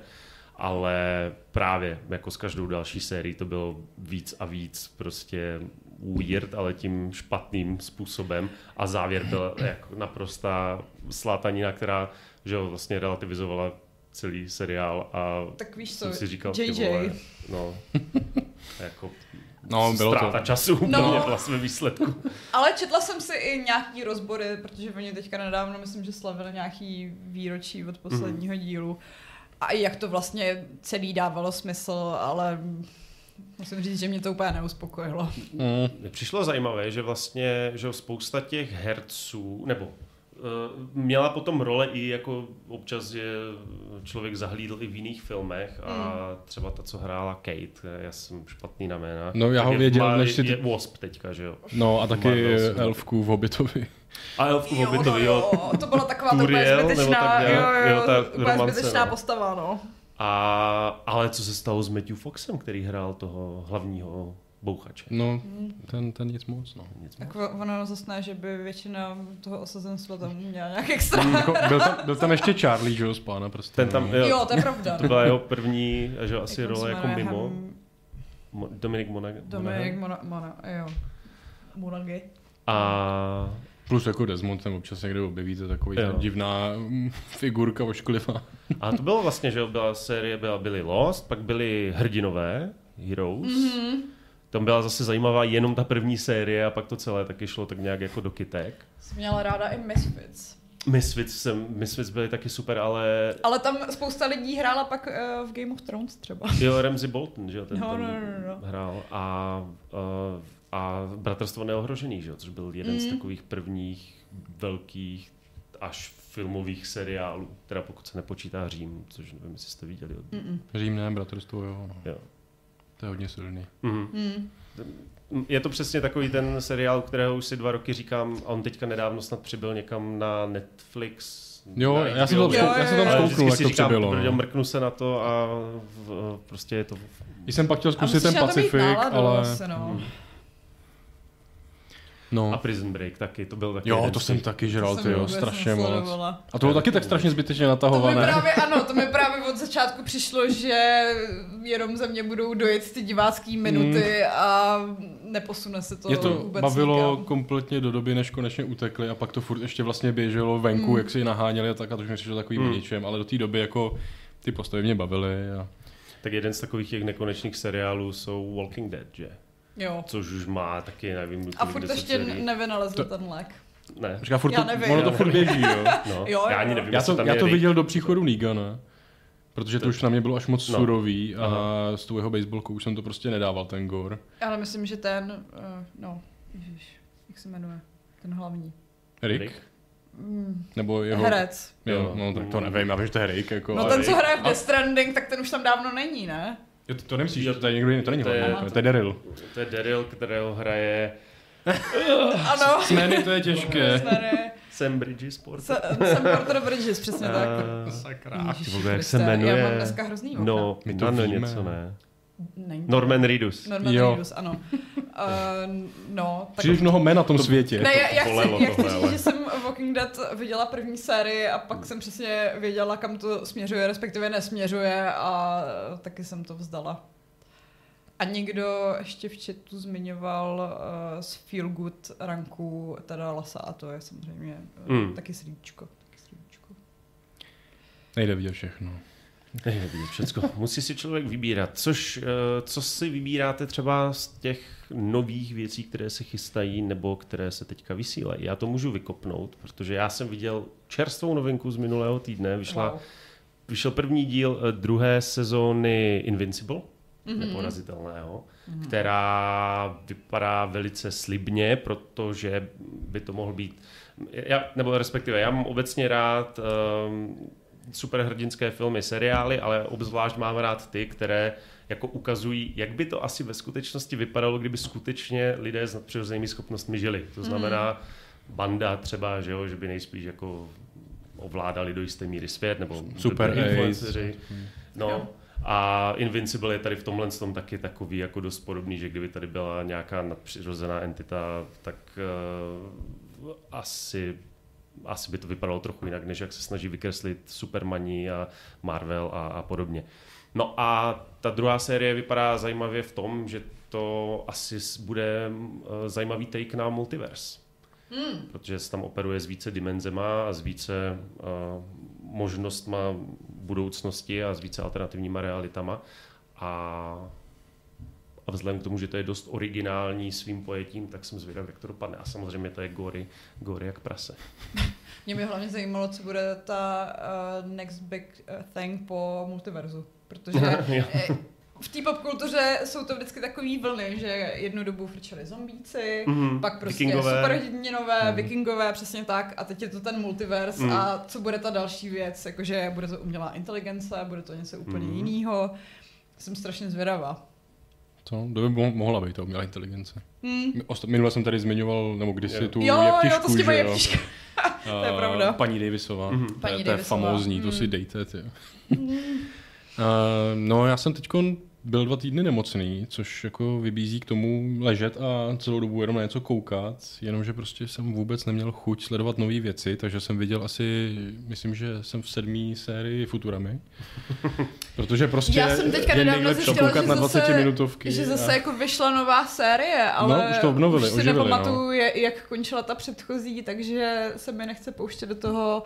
Ale právě jako s každou další sérií to bylo víc a víc prostě weird, ale tím špatným způsobem a závěr byl jako naprostá slátanina, která že jo, vlastně relativizovala celý seriál a tak víš co, jsem si říkal, J ty J. vole, no, jako No, bylo ztráta to. času úplně No. vlastně ve výsledku. Ale četla jsem si i nějaký rozbory, protože oni teďka nedávno, myslím, že slavili nějaký výročí od posledního mm. dílu. A i jak to vlastně celý dávalo smysl, ale musím říct, že mě to úplně neuspokojilo. Mm. Mně přišlo zajímavé, že vlastně že spousta těch herců, nebo uh, měla potom role i jako občas, že člověk zahlídl i v jiných filmech a třeba ta, co hrála Kate, já jsem špatný na jména. No, já tak ho je- věděl, má- než si je ty- Wasp teďka, že jo. No a taky Marvel, elfku v Hobbitovi. A Elfku Jo, no, Hobbitovi, jo. jo, to byla taková ta úplně Turiel, nebo zbytečná, tak jo, nějak, jo, jo, ta úplně romance, zbytečná no. postava, no. A, ale co se stalo s Matthew Foxem, který hrál toho hlavního bouchače? No, ten, ten nic moc, no. Nic Tak ono zase ne, že by většina toho osazenstva tam měla nějak extra. Jako, byl, tam, byl tam ještě Charlie, že jo, z Pána prstů. Ten tam, Jo, jo, to je pravda. To byla jeho první, že jo, asi Jak on se role jako jmenuje, mimo. Ham- Mo- Dominik Monaghan. Dominik Mona, Mona, jo. Monaghan. A Plus jako Desmond tam občas někde objevíte, takový ta Jo. divná mm, figurka ošklivá. A to bylo vlastně, že jo, byla série, byla, byly Lost, pak byly Hrdinové, Heroes. Mm-hmm. Tam byla zase zajímavá jenom ta první série a pak to celé taky šlo tak nějak jako do kytek. Jsem měla ráda i Misfits. Misfits, jsem, Misfits byly taky super, ale Ale tam spousta lidí hrála pak uh, v Game of Thrones třeba. jo, Ramsey Bolton, že jo, ten No, tam no, no, no. hrál a, uh, a Bratrstvo neohrožených, že jo, což byl jeden mm. z takových prvních velkých až filmových seriálů, teda pokud se nepočítá Řím, což nevím, jestli jste viděli. Mm-mm. Řím ne, bratrstvo, jo. No. Jo. To je hodně silný. Mhm. Mm. Je to přesně takový ten seriál, kterého už si dva roky říkám, a on teďka nedávno snad přibyl někam na Netflix. Jo, na já jsem H B O. tam, zkou, já jsem tam Ale zkouknul, vždycky jak si to říkám, přibylo. protože No. mrknu se na to a v, prostě je to... Když jsem pak chtěl A zkusit musíš ten na to mít Pacifik, náladu ale... asi, no. No. A Prison Break taky, to byl taky Jo, jeden to z jsem těch- taky To žral, jsem ty jo, vůbec strašně moc. nesledovala. A to bylo taky tak strašně zbytečně To mi natahované. právě, ano, to mi právě od začátku přišlo, že jenom ze mě budou dojet ty divácký minuty a neposune se to Mě to vůbec bavilo nikam. kompletně do doby, než konečně utekli a pak to furt ještě vlastně běželo venku, Mm. jak si ji naháněli a tak a to už mi přišlo takový Mm. mm. ničem, ale do té doby jako ty postavy mě bavily a... Tak jeden z takových těch nekonečných seriálů jsou Walking Dead, že? Jo. Což už má taky, nevím, A kolik furt deset ještě sérií. nevynalezl To- ten lék. Ne. Říká, furt Já to, nevím. ono to Já furt nevím. běží, jo. No, Jo, jo, já ani jo. nevím, Já jestli to, tam já je to Rick. viděl do příchodu Negana, protože to už na mě bylo až moc No. surový a Aha. s tou jeho baseballkou už jsem to prostě nedával, ten gore. Ale myslím, že ten, uh, no, ježiš, jak se jmenuje, ten hlavní. Rick? Rick? Mm, Jeho... jeho... herec. Jo, no tak to nevím, já vím, že to je Rick. Jako, No ale- ten, co hraje v A- Death Stranding, tak ten už tam dávno není, ne? Jo, to, to nemyslíš, že to je někdo jiný, to není To je- hlavní, to je Daryl. To je Daryl, kterého hraje Ano. Jmény to je těžké. Jmenuje Sam Bridgesport. Se- Sam Porter Bridges, přesně tak. A- Sakra. Ježiši ty vole, jak Kriste, se jmenuje? Já mám dneska hrozný okna. No, My to ano, víme. něco ne. Není. Norman Reedus. Norman Jo. Reedus, ano. Uh, no, tak... Příliš mnoho men na tom světě. Ne, já, já, bolelo chci, já chci tohle, říct, ale- že jsem Walking Dead viděla první sérii a pak jsem přesně věděla, kam to směřuje, respektive nesměřuje a taky jsem to vzdala. A někdo ještě v chatu zmiňoval uh, z Feel Good ranku teda Lasa a to je samozřejmě uh, Mm. taky srdíčko. Taky srdíčko. Nejde vidět všechno. Nejde vidět všecko. Musí si člověk vybírat. Což, eh, co si vybíráte třeba z těch nových věcí, které se chystají nebo které se teďka vysílají? Já to můžu vykopnout, protože já jsem viděl čerstvou novinku z minulého týdne. Vyšla, Wow. vyšel první díl eh, druhé sezóny Invincible, Mhm. neporazitelného, která vypadá velice slibně, protože by to mohl být, já, nebo respektive já mám obecně rád um, superhrdinské filmy, seriály, ale obzvlášť mám rád ty, které jako ukazují, jak by to asi ve skutečnosti vypadalo, kdyby skutečně lidé s nadpřirozenými schopnostmi žili. To znamená banda třeba, že, jo, že by nejspíš jako ovládali do jisté míry svět, nebo Super influenceři. No. A Invincible je tady v tomhle tom taky takový jako dost podobný, že kdyby tady byla nějaká nadpřirozená entita, tak uh, asi, asi by to vypadalo trochu jinak, než jak se snaží vykreslit Supermani a Marvel a, a podobně. No a ta druhá série vypadá zajímavě v tom, že to asi bude uh, zajímavý take na multiverse. Hmm. Protože se tam operuje s více dimenzema a s více uh, možnostma budoucnosti a s více alternativníma realitama. A, a vzhledem k tomu, že to je dost originální svým pojetím, tak jsem zvědav, jak to dopadne. A samozřejmě to je gory, gory jak prase. Mě by hlavně zajímalo, co bude ta uh, next big thing po multiverzu. Protože v té popkultuře jsou to vždycky takový vlny, že jednu dobu frčeli zombíci, mm-hmm. pak prostě superhrdinové, mm. vikingové, přesně tak, a teď je to ten multivers mm. a co bude ta další věc, jakože bude to umělá inteligence, bude to něco úplně mm. jiného. Jsem strašně zvědavá. To, to by mohla být ta umělá inteligence. Mm. Minule jsem tady zmiňoval, nebo kdysi tu jo, jeptišku, jo, to s těma jeptiška. To je pravda. Paní Davisová, mm-hmm. Paní to, to je famózní, mm. to si dejte. Mm. uh, no já jsem teďko byl dva týdny nemocný, což jako vybízí k tomu ležet a celou dobu jenom na něco koukat, jenomže prostě jsem vůbec neměl chuť sledovat nové věci, takže jsem viděl asi, myslím, že jsem v sedmý sérii Futuramy, protože prostě já jsem teďka je nejlepší koukat na dvacetiminutovky. Že zase a... jako vyšla nová série, ale no, už to obnovili, už si oživili, nepamatuju, no. jak končila ta předchozí, takže se mi nechce pouštět do toho.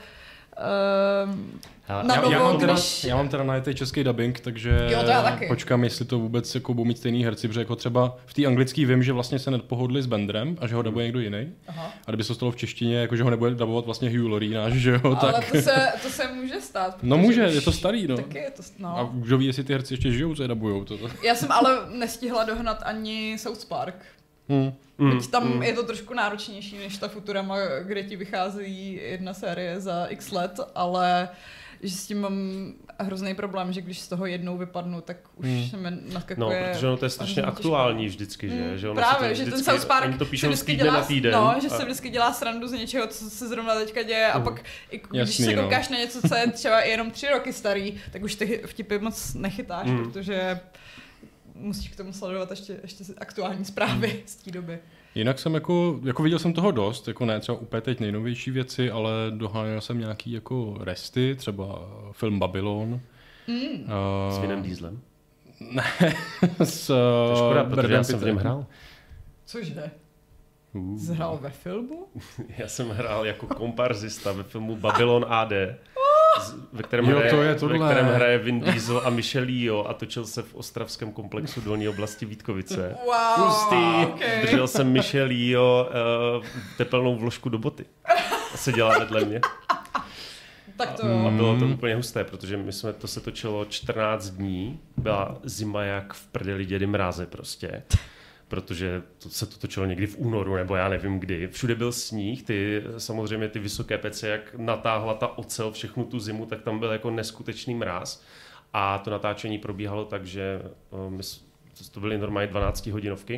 Um, já, já, já, mám teda, když... já mám teda najetej český dubbing, takže jo, počkám, jestli to vůbec jako budou mít stejný herci, protože jako třeba v té anglické vím, že vlastně se nepohodli s Bendrem a že ho dabuje někdo jiný. Aha. A kdyby se to stalo v češtině, jako že ho nebude dabovat vlastně Hugh Laurie náš, že jo, ale tak... to se, to se může stát. No může, je to starý, no. Taky je to, no. A kdo ví, jestli ty herci ještě žijou, co je dabujou. To. Já jsem ale nestihla dohnat ani South Park. Hmm. Teď tam mm. je to trošku náročnější než ta Futurama, kde ti vychází jedna série za x let, ale že s tím mám hrozný problém, že když z toho jednou vypadnu, tak už mm. se mi naskakuje... No, protože ono to je strašně aktuální vždycky, že? Mm. že ono Právě, to že vždycky, ten South Park to píšou vždycky dělá, dělá, na týden. No, že a... se vždycky dělá srandu z něčeho, co se zrovna teďka děje a mm. pak i když Jasný, se koukáš no. na něco, co je třeba jenom tři roky starý, tak už ty vtipy moc nechytáš, mm. protože musíš k tomu sledovat ještě, ještě aktuální zprávy mm. z té doby. Jinak jsem jako, jako viděl jsem toho dost, jako ne třeba úplně teď nejnovější věci, ale doháněl jsem nějaký jako resty, třeba film Babylon. Mm. Uh, s Vinem Dieslem? Ne, s to je škoda, protože já jsem v něm hrál. Cože? Uh. Jsi hrál ve filmu? Já jsem hrál jako komparzista ve filmu Babylon A D. Ve kterém, jo, hraje, to je ve kterém hraje Vin Diesel a Michelle Yeoh a točil se v ostravském komplexu Dolní oblasti Vítkovice. Wow, Hustý. Okay. Držel jsem Michelle Yeoh uh, tepelnou vložku do boty. A seděla vedle mě. Tak to... A bylo to úplně husté, protože my jsme, to se točilo čtrnáct dní. Byla zima jak v prdeli Dědy Mráze prostě. Protože to se to točilo někdy v únoru, nebo já nevím kdy. Všude byl sníh, ty, samozřejmě ty vysoké pece, jak natáhla ta ocel všechnu tu zimu, tak tam byl jako neskutečný mráz. A to natáčení probíhalo tak, že um, to byly normálně dvanáctihodinovky,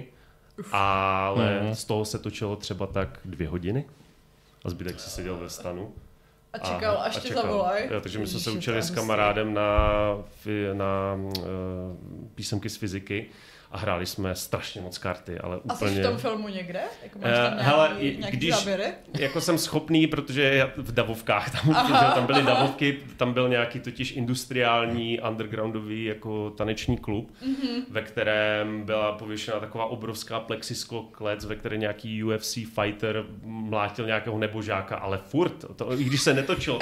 ale mm. z toho se točilo třeba tak dvě hodiny a zbytek se seděl ve stanu. A čekal, a, až a tě čekal. zavolaj. Jo, takže my jsme se učili s kamarádem na, na uh, písemky z fyziky. A hráli jsme strašně moc karty, ale a úplně... A jsi v tom filmu někde? Jako máš tam nějaký, hele, nějaký když, záběry? Jako jsem schopný, protože já v davovkách, tam, aha, tam byly aha. davovky, tam byl nějaký totiž industriální, undergroundový jako taneční klub, mm-hmm. ve kterém byla pověšena taková obrovská plexisklo klec, ve které nějaký U F C fighter mlátil nějakého nebožáka, ale furt, to, i když se netočilo,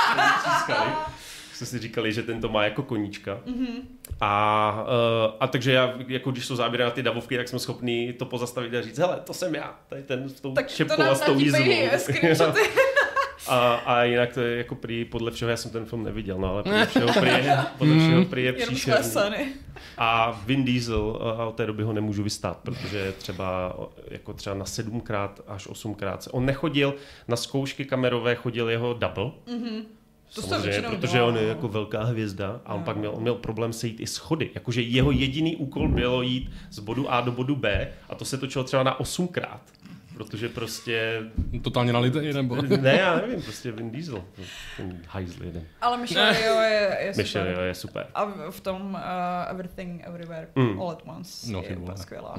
jsme si říkali, že tento má jako koníčka. Mm-hmm. A, uh, a takže já, jako když jsou záběry na ty davovky, tak jsme schopni to pozastavit a říct, hele, to jsem já, tady ten s tou šepkou a s tou jízvou. A, a jinak to je jako prý, podle všeho, já jsem ten film neviděl, no, ale podle všeho prý je, podle všeho prý je příšerný. A Vin Diesel, a od té doby ho nemůžu vystát, protože třeba, jako třeba na sedmkrát až osmkrát. On nechodil na zkoušky kamerové, chodil jeho double. Mm-hmm. Samozřejmě, protože dělá, on je jako velká hvězda a on no. pak měl, on měl problém sejít i schody. Jakože jeho jediný úkol bylo jít z bodu A do bodu B a to se točilo třeba na osmkrát. protože prostě... Totálně nalitej, nebo? Ne, já nevím, prostě Vin Diesel. Ten hajzl jeden. Ale Michelle Yeoh je, je super. Michelle Yeoh je super. A v tom uh, Everything Everywhere Mm. All at Once No, je úplně skvělá.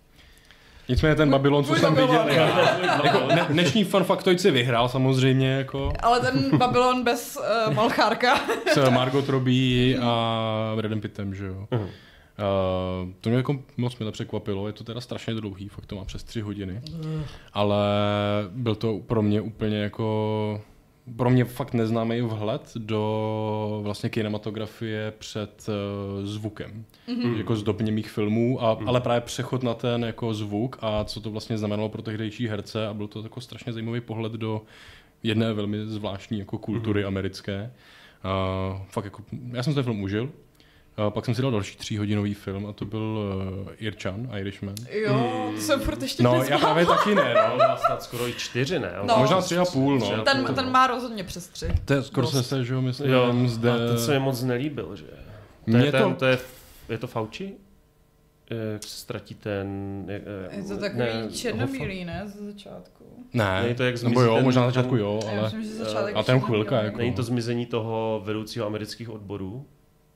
Nicméně ten Babylon, co Tvůj jsem Babylon. viděl, já, jako ne, dnešní fun factoid si vyhrál samozřejmě, jako Ale ten Babylon bez uh, Malchárka. s Margot Robbie a Bradem Pittem, že jo. Uh-huh. Uh, to mě jako moc mile překvapilo, je to teda strašně dlouhý, fakt to má přes tři hodiny, ale byl to pro mě úplně jako, pro mě fakt neznámý vhled do vlastně kinematografie před uh, zvukem, mm-hmm. jako zdobně mých filmů, a, mm. ale právě přechod na ten jako zvuk a co to vlastně znamenalo pro tehdejší herce, a byl to jako strašně zajímavý pohled do jedné velmi zvláštní jako kultury mm. americké. Uh, fakt jako, já jsem si ten film užil. A pak jsem si dal další tříhodinový film a to byl uh, Irčan, Irishman. Jo, to jsem furt ještě No, nezvládla. já právě taky ne, no. Má snad skoro i čtyři, ne? No. Možná tři a půl, no. Ten, ten má rozhodně přes tři. To je skoro se se, že jo, myslím, Jo, zde... a to se mi moc nelíbil, že? To Mně je, ten, to- to je, je to Fauci? Jak se ztratí ten... Je, Je to takový černobílý, ne, ze začátku. Ne, Není to jak nebo zmizí jo, ten- možná na začátku jo, Já ale... myslím, že začátek a ten chvilka, jako- Není to zmizení toho vedoucího amerických odborů?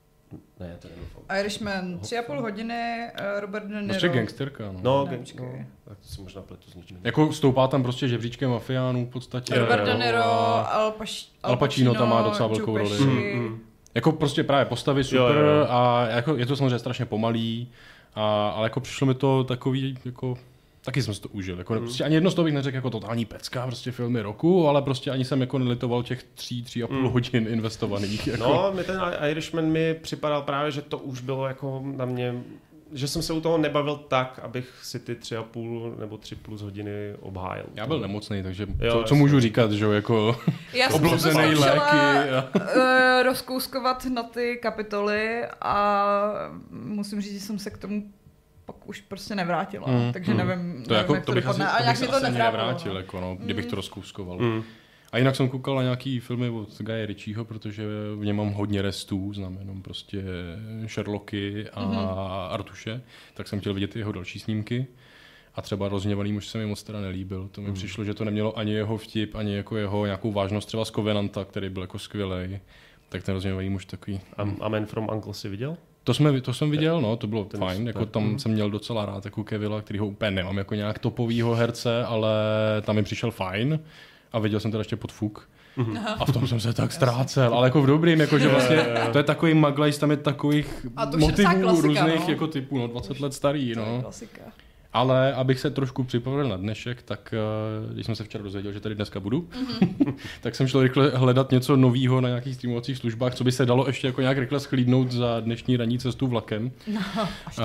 Ne, to není Fauci. Irishman, tři a půl hodiny, uh, Robert De Niro. Prostě gangsterka, no. No, Ne, ne, počkej. no, tak to si možná pletu s něčím. Jako stoupá tam prostě žebříčkem mafiánů v podstatě. Robert jo, De Niro, a- Al, Paš, Al Pacino tam má docela Joe velkou roli. Pesci. Mm, mm. Jako prostě právě postavy super Jo, jo, jo. a jako je to samozřejmě strašně pomalý, a, ale jako přišlo mi to takový, jako taky jsem si to užil. Jako, Mm. prostě ani jedno z toho bych neřekl jako totální pecka, prostě filmy roku, ale prostě ani jsem jako nelitoval těch tří, tří a půl Mm. hodin investovaných. Jako. No, mi ten Irishman mi připadal právě, že to už bylo jako na mě, že jsem se u toho nebavil tak, abych si ty tři a půl nebo tři plus hodiny obhájil. Já byl nemocný, takže Jo, co, co jasně. můžu říkat, že jo, jako Já jsem to oblozený zkoušela léky. A... uh, rozkouskovat na ty kapitoly a musím říct, že jsem se k tomu pak už prostě nevrátila, Mm, takže mm. nevím, To, nevím jako, jak to to bych asi, dopadne. A to nějak bych mi se to asi ani netrápilo. nevrátil, jako, no, kdybych Mm. to rozkouskoval. Mm. A jinak jsem koukal na nějaký filmy od Guye Ritchieho, protože v něm mám hodně restů, znám jenom prostě Sherlocky a mm-hmm. Artuše, tak jsem chtěl vidět jeho další snímky. A třeba Rozhněvaný muž se mi moc teda nelíbil. To mi Mm. přišlo, že to nemělo ani jeho vtip, ani jako jeho nějakou vážnost třeba z Covenanta, který byl jako skvělej. Tak ten Rozhněvaný muž takový... A, a Man from Uncle si viděl? To, jsme, to jsem viděl, no, to bylo Ten fajn, super. jako tam Mhm. jsem měl docela rád jako Kevila, kterýho úplně nemám jako nějak topovýho herce, ale tam mi přišel fajn a viděl jsem teda ještě Podfuk. A v tom jsem se tak ztrácel, ale jako v dobrým, jako že vlastně to je takový maglajs, tam je takových A to už je docela motivů klasika, různých no. jako typů, no dvacet let starý, To je no. klasika. Ale abych se trošku připravil na dnešek, tak eh, když jsem se včera dozvěděl, že tady dneska budu, mm-hmm. tak jsem šel rychle hledat něco nového na nějakých streamovacích službách, co by se dalo ještě jako nějak rychle schlídnout za dnešní ranní cestu vlakem. No, Uh,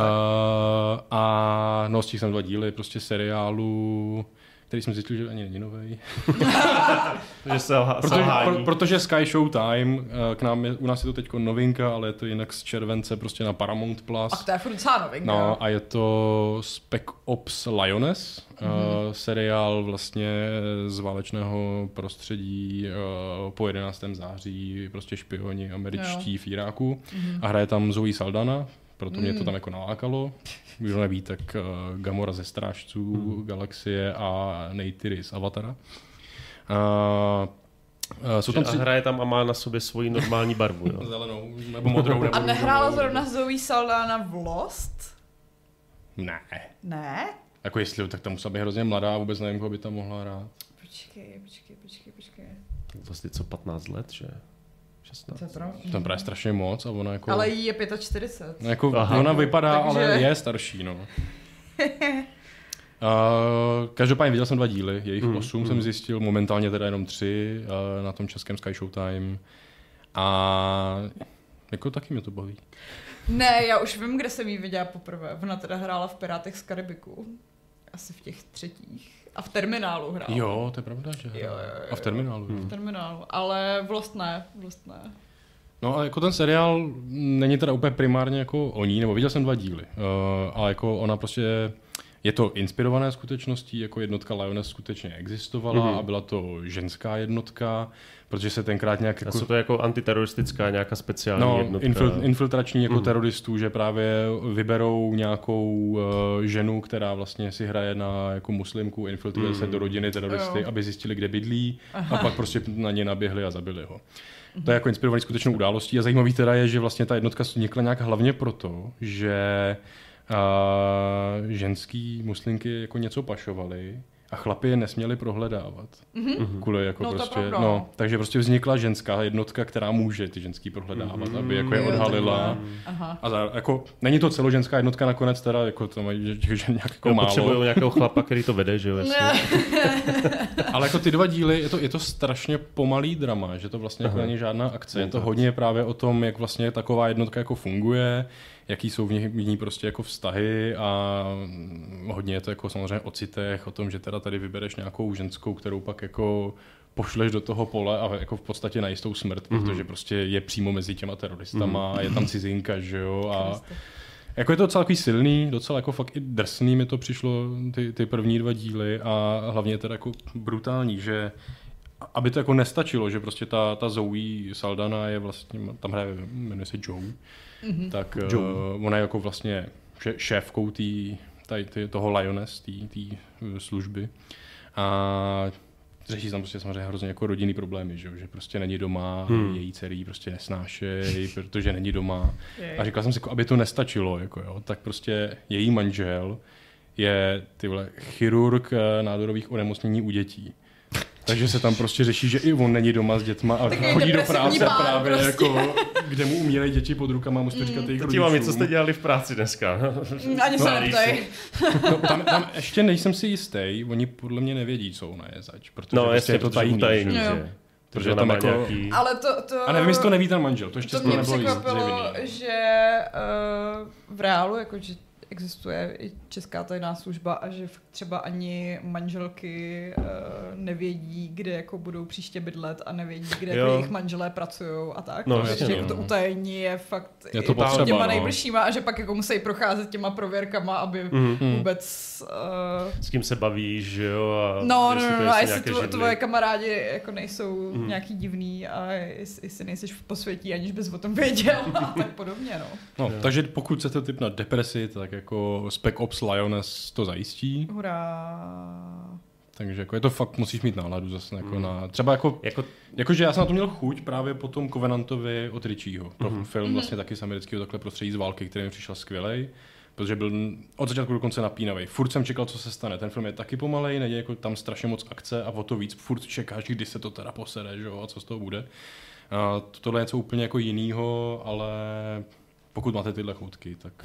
a no, stihl jsem dva díly prostě seriálu, který jsem zjistil, že ani není novej. Že se lha, Protože, selhání. pro, protože Sky Showtime, uh, k nám je, u nás je to teď novinka, ale je to jinak z července prostě na Paramount Plus. a to je furt docela novinka. No a je to Spec Ops Lioness, mm-hmm. uh, seriál vlastně z válečného prostředí uh, po jedenáctého září, prostě špioni američtí Jo. fíráků. Mhm. A hraje tam Zoe Saldana, proto mě to Mm. tam jako nalákalo. Kdo neví, tak uh, Gamora ze Strážců, Mm. Galaxie a Neytiri z Avatara. Uh, uh, jsou tam A tři... hraje tam a má na sobě svoji normální barvu. Jo. Zelenou, nebo modrou, nebo A nehrála růžovou. zrovna Zoe Saldana v Lost? Ne. Ne? Jako jestli, tak tam musela být hrozně mladá, vůbec nevím, koho by tam mohla hrát. Počkej, počkej, počkej, počkej. Tak vlastně co patnáct let, že? šestnáct. To je pravda. To je právě strašně moc a ona jako... Ale jí je čtyřicet pět. no jako Aha. ona vypadá, Takže- ale je starší, no. Uh, každopádně viděl jsem dva díly, je jich Mm, osm mm. jsem zjistil, momentálně teda jenom tři uh, na tom českém Sky Showtime. A jako taky mě to baví. Ne, já už vím, kde jsem jí viděla poprvé. Ona teda hrála v Pirátech z Karibiku. Asi v těch třetích. A v Terminálu hrála. Jo, to je pravda, že? Jo, jo, jo. A v Terminálu. Hmm. V Terminálu. Ale v Lost ne, v Lost ne. No a jako ten seriál není teda úplně primárně jako o ní, nebo viděl jsem dva díly, uh, ale jako ona prostě je to inspirované skutečností, jako jednotka Lioness skutečně existovala mm-hmm. a byla to ženská jednotka, protože se tenkrát nějak... Jako... A jsou to jako antiteroristická nějaká speciální no, jednotka? Infil, infiltrační jako mm. teroristů, že právě vyberou nějakou uh, ženu, která vlastně si hraje na jako muslimku, infiltruje mm. se do rodiny teroristy, jo. aby zjistili, kde bydlí. Aha. A pak prostě na ně naběhli a zabili ho. To je jako inspirovaný skutečnou událostí a zajímavý teda je, že vlastně ta jednotka vznikla nějak hlavně proto, že uh, ženský muslimky jako něco pašovaly a chlapi je nesměli prohledávat. Mm-hmm. Kvůli jako no, prostě, no, takže prostě vznikla ženská jednotka, která může ty ženský prohledávat, mm-hmm. aby jako je odhalila. Aha. A za, jako není to celoženská jednotka nakonec teda, jako to mají že, že nějak jako málo. Potřebují nějakého chlapa, který to vede, že jo, jasně. Ale jako ty dva díly, je to, je to strašně pomalý drama, že to vlastně jako není žádná akce. Je to hodně právě o tom, jak vlastně taková jednotka jako funguje, jaký jsou v ní, v ní prostě jako vztahy a hodně je to jako samozřejmě o citech, o tom, že teda tady vybereš nějakou ženskou, kterou pak jako pošleš do toho pole a jako v podstatě na jistou smrt, mm-hmm. protože prostě je přímo mezi těma teroristama mm-hmm. a je tam cizinka, že jo, a jako je to docela takový silný, docela jako fakt i drsný mi to přišlo ty, ty první dva díly a hlavně teda jako brutální, že aby to jako nestačilo, že prostě ta, ta Zoe Saldana je vlastně, tam hraje, jmenuje se Joe, mm-hmm. tak uh, ona je jako vlastně šéfkou tý, tady, tý, toho Lioness, té služby a řeší tam prostě samozřejmě hrozně jako rodinný problémy, že, že prostě není doma, hmm. její dcery prostě nesnášejí, protože není doma. Je. A říkal jsem si, jako, aby to nestačilo, jako jo, tak prostě její manžel je ty vole, chirurg nádorových onemocnění u dětí. Takže se tam prostě řeší, že i on není doma s dětma a Takový chodí do práce právě prostě. jako, kde mu umírají děti pod rukama, musí to říkat mm. jejich rodičům. Mami, co jste dělali v práci dneska? Ani se neptej. No, tam, tam ještě nejsem si jistý, oni podle mě nevědí, co ona je zač, protože no, prostě jasně, je to tajný. tajný že? Protože tam jako... nějaký... Ale to, to... A nevím, jestli to neví ten manžel, to ještě to mě nebylo překvapilo, že uh, v reálu, jako, že existuje i česká tajná služba a že třeba ani manželky uh, nevědí, kde jako budou příště bydlet a nevědí, kde jako jejich manželé pracují a tak. No, takže jasně, jako to utajení je fakt je to potřeba, těma no. nejbližšíma a že pak jako musí procházet těma prověrkama, aby mm-hmm. vůbec... Uh... S kým se bavíš, že jo? A no, no, no, no, a jestli tvo, tvoje kamarádi jako nejsou mm. nějaký divný a jestli, jestli nejseš v posvětí, aniž bys o tom věděl a tak podobně, no. no takže pokud chcete typ na depresi, tak jako Spec Ops Lioness to zajistí. Hurá. Takže jako je to fakt, musíš mít náladu zase jako mm. na, třeba jako, jako, jakože já jsem na to měl chuť právě po tom Covenantovi od Richieho. Mm. Film mm. vlastně taky z amerického takhle prostředí z války, který mi přišel skvělej, protože byl od začátku do konce napínavý. Furt jsem čekal, co se stane. Ten film je taky pomalej, není jako tam strašně moc akce a o to víc furt čekáš, kdy se to teda posede, že jo, a co z toho bude. A tohle je něco úplně jako jinýho, ale pokud máte tyhle choutky, tak...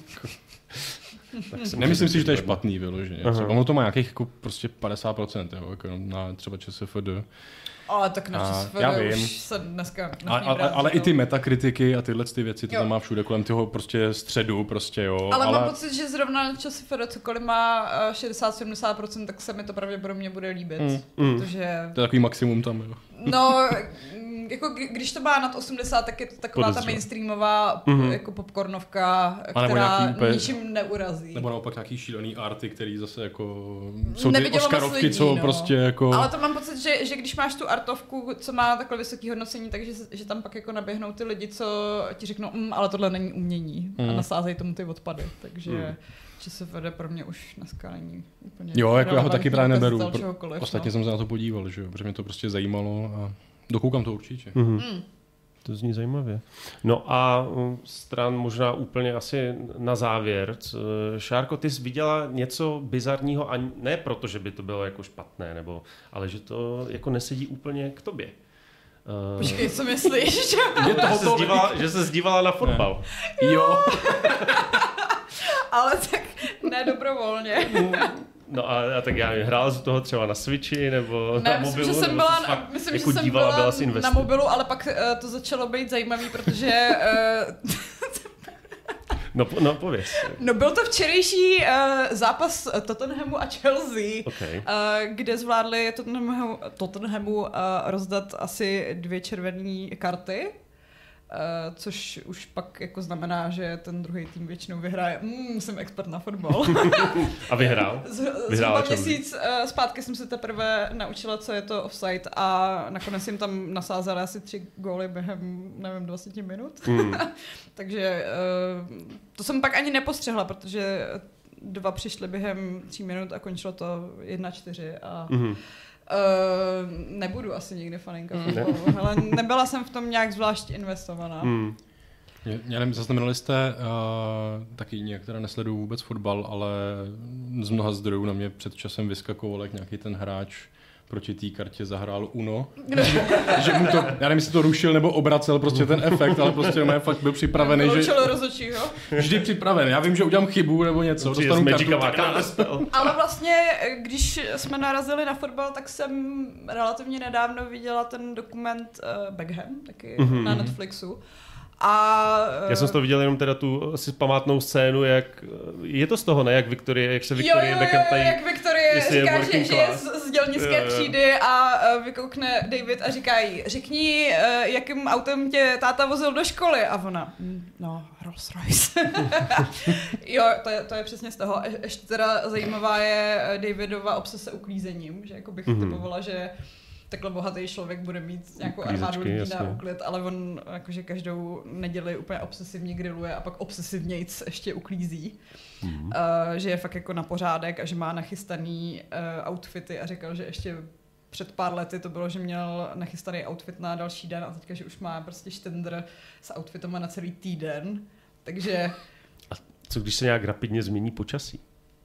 tak nemyslím si, že to je špatný vyloženě. Ono to má nějakých jako prostě padesát procent, jo, jako na třeba ČSFD. Ale tak na ČSFD už se dneska a, a, brát, Ale i ty metakritiky a tyhle ty věci, to jo. tam má všude kolem toho prostě středu, prostě jo. Ale, ale mám pocit, že zrovna ČSFD cokoliv má šedesát až sedmdesát procent, tak se mi to pravděpodobně bude líbit. Mm, protože... To je takový maximum tam, jo. No... Jako když to má nad osmdesát, tak je to taková Podezřel. ta mainstreamová mm-hmm. jako popcornovka, která úplně, ničím neurazí. Nebo naopak nějaký šílený arty, který zase jako jsou ty Oscarovky, lidí, co no. prostě jako... Ale to mám pocit, že, že když máš tu artovku, co má takhle vysoké hodnocení, takže že tam pak jako naběhnou ty lidi, co ti řeknou, mm, ale tohle není umění mm. a nasázejí tomu ty odpady, takže... Mm. Že se vede pro mě už dneska není úplně... Jo, jako já ho taky právě neberu. Ostatně no. jsem se na to podíval, že jo, protože mě to prostě zajímalo a dokoukám to určitě. Mm-hmm. Mm. To zní zajímavě. No a stran možná úplně asi na závěr. Šárko, ty jsi viděla něco bizarního a ne proto, že by to bylo jako špatné, nebo, ale že to jako nesedí úplně k tobě. Počkej, co myslíš? Je to, že, se zdívala, že se zdívala na fotbal. Ne. Jo. Ale tak ne dobrovolně. No a, a tak já hrál z toho třeba na Switchi nebo ne, na myslím, mobilu. Že jsem byla, fakt, myslím, jako že jsem dívala, byla, byla na mobilu, ale pak uh, to začalo být zajímavý, protože... Uh, no, no pověz. No byl to včerejší uh, zápas Tottenhamu a Chelsea, okay. uh, kde zvládli Tottenhamu, Tottenhamu uh, rozdat asi dvě červené karty. Uh, což už pak jako znamená, že ten druhý tým většinou vyhraje. Mm, jsem expert na fotbal. A vyhrál? Zhruba měsíc uh, zpátky jsem se teprve naučila, co je to offside a nakonec jim tam nasázela asi tři góly během, nevím, dvacet minut. Mm. Takže uh, to jsem pak ani nepostřehla, protože dva přišly během tří minut a končilo to jedna čtyři a mm. Uh, nebudu asi nikdy faninka mm. fotbalu, ale nebyla jsem v tom nějak zvlášť investovaná. Mm. Já nevím, zaznamenali jste, uh, taky nějak teda nesleduju vůbec fotbal, ale z mnoha zdrojů na mě před časem vyskakoval, jak nějaký ten hráč proti té kartě zahrál Uno. Že mu to, já nevím, jestli to rušil nebo obracel prostě ten efekt, ale prostě na fakt byl připravený, že... rozhodčího. Vždy připraven. Já vím, že udělám chybu nebo něco. Dostanu kartu. Ale vlastně, když jsme narazili na fotbal, tak jsem relativně nedávno viděla ten dokument uh, Beckham, taky mm-hmm. na Netflixu. A, já jsem z toho viděl jenom teda tu asi památnou scénu, jak je to z toho, ne? Jak Victoria, jak se Victoria Beckham tady... jak Victoria říká, že, že je z, z dělnické uh, třídy a uh, vykoukne David a říká jí, řekni, uh, jakým autem tě táta vozil do školy. A ona, mm, no, Rolls Royce. Jo, to je, to je přesně z toho. Je, ještě teda zajímavá je Davidova obsese uklízením, že jako bych mm-hmm. typovala, že takhle bohatý člověk bude mít nějakou armádu lidí na úklid, ale on jakože každou neděli úplně obsesivně grilluje a pak obsesivnějc ještě uklízí. Mm. Uh, že je fakt jako na pořádek a že má nachystaný uh, outfity a říkal, že ještě před pár lety to bylo, že měl nachystaný outfit na další den a teďka, že už má prostě štendr s outfitama na celý týden. Takže... A co když se nějak rapidně změní počasí?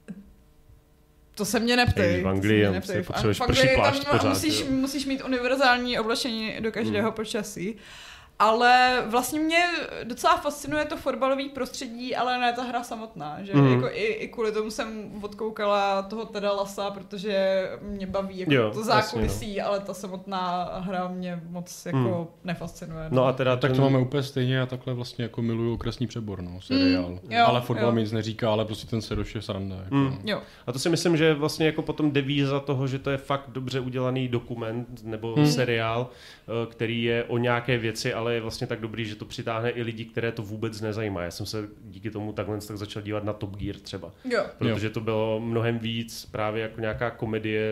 To se mě neptej. V Anglii potřebuješ prší plášť pořád. Musíš, musíš mít univerzální oblečení do každého hmm. počasí. Ale vlastně mě docela fascinuje to fotbalové prostředí, ale ne ta hra samotná. Že mm. jako i, i kvůli tomu jsem odkoukala toho Teda Lassa, protože mě baví jako jo, to zákulisí, no. Ale ta samotná hra mě moc jako mm. nefascinuje. No a teda tak to máme úplně stejně a takhle vlastně jako miluju Okresní přebor, no, seriál. Mm. Jo, ale fotbal mi nic neříká, ale prostě ten Seroš je sranda. Jako. Mm. Jo. A to si myslím, že je vlastně jako potom devíza toho, že to je fakt dobře udělaný dokument nebo mm. seriál, který je o nějaké věci, ale je vlastně tak dobrý, že to přitáhne i lidi, které to vůbec nezajímá. Já jsem se díky tomu takhle tak začal dívat na Top Gear třeba. Jo. Protože to bylo mnohem víc právě jako nějaká komedie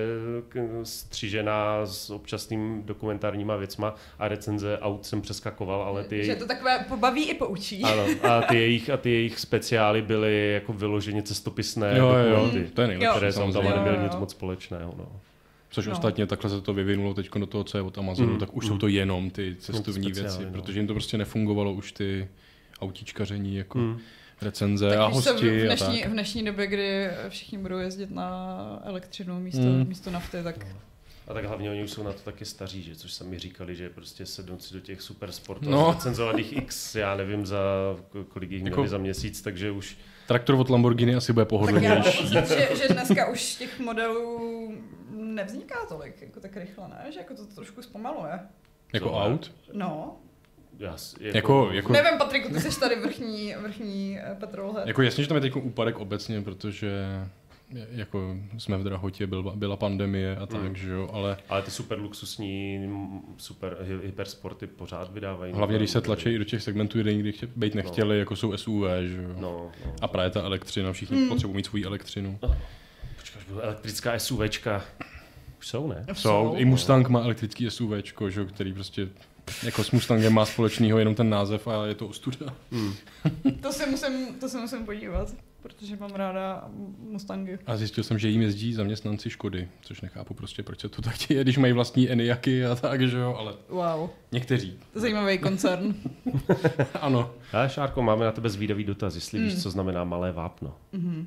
střižená s občasným dokumentárníma věcma a recenze aut jsem přeskakoval, ale ty... Že to takové pobaví i poučí. Ano, a ty jejich, a ty jejich speciály byly jako vyloženě cestopisné jo, dokumenty, jo, to je nejlepší, které tam neměly nic moc společného. No. Což no. ostatně takhle se to vyvinulo teď do toho, co je od Amazonu, mm. tak už mm. jsou to jenom ty cestovní věci, no. protože jim to prostě nefungovalo už ty autíčkaření jako mm. recenze tak a hosti. V dnešní, a tak. v dnešní době, kdy všichni budou jezdit na elektřinu místo, mm. místo nafty, tak... No. A tak hlavně oni už jsou na to taky staří, že? Což sami říkali, že prostě sednout si do těch super sportů no. a recenzovat jich x, já nevím za kolik jich měli jako... za měsíc, takže už... Traktor od Lamborghini asi bude pohodlnější. Tak já že, že dneska už těch modelů nevzniká tolik, jako tak rychle, ne? Že jako to trošku zpomaluje. Jako Co, aut? No. Jas, jako, jako, jako... Nevím, Patriku, ty jsi tady vrchní, vrchní petrolhead. Jako jasně, že tam je teď úpadek obecně, protože jako jsme v drahotě, byla, byla pandemie a tak, mm. že jo, ale... Ale ty super luxusní, super hypersporty pořád vydávají. Hlavně, když se tlačí i do těch segmentů, kde nikdy chtě, být nechtěli, no. jako jsou S U V, že jo. No, no. A právě ta elektřina, všichni mm. potřebují mít svou elektřinu. No. Počkej, až bude elektrická SUVčka. Už jsou, ne? Jsou. jsou. I Mustang má elektrický SUVčko, že jo, který prostě... Jako s Mustangem má společného jenom ten název a je to ostuda. Mm. to, se musím, to se musím podívat, protože mám ráda Mustangy. A zjistil jsem, že jim jezdí zaměstnanci Škody, což nechápu prostě, proč se to tak děje, když mají vlastní Enyaqy a tak, že jo, ale wow. někteří. Zajímavý koncern. Ano. Ale Šárko, máme na tebe zvídavý dotaz, jestli mm. víš, co znamená malé vápno. Mm-hmm.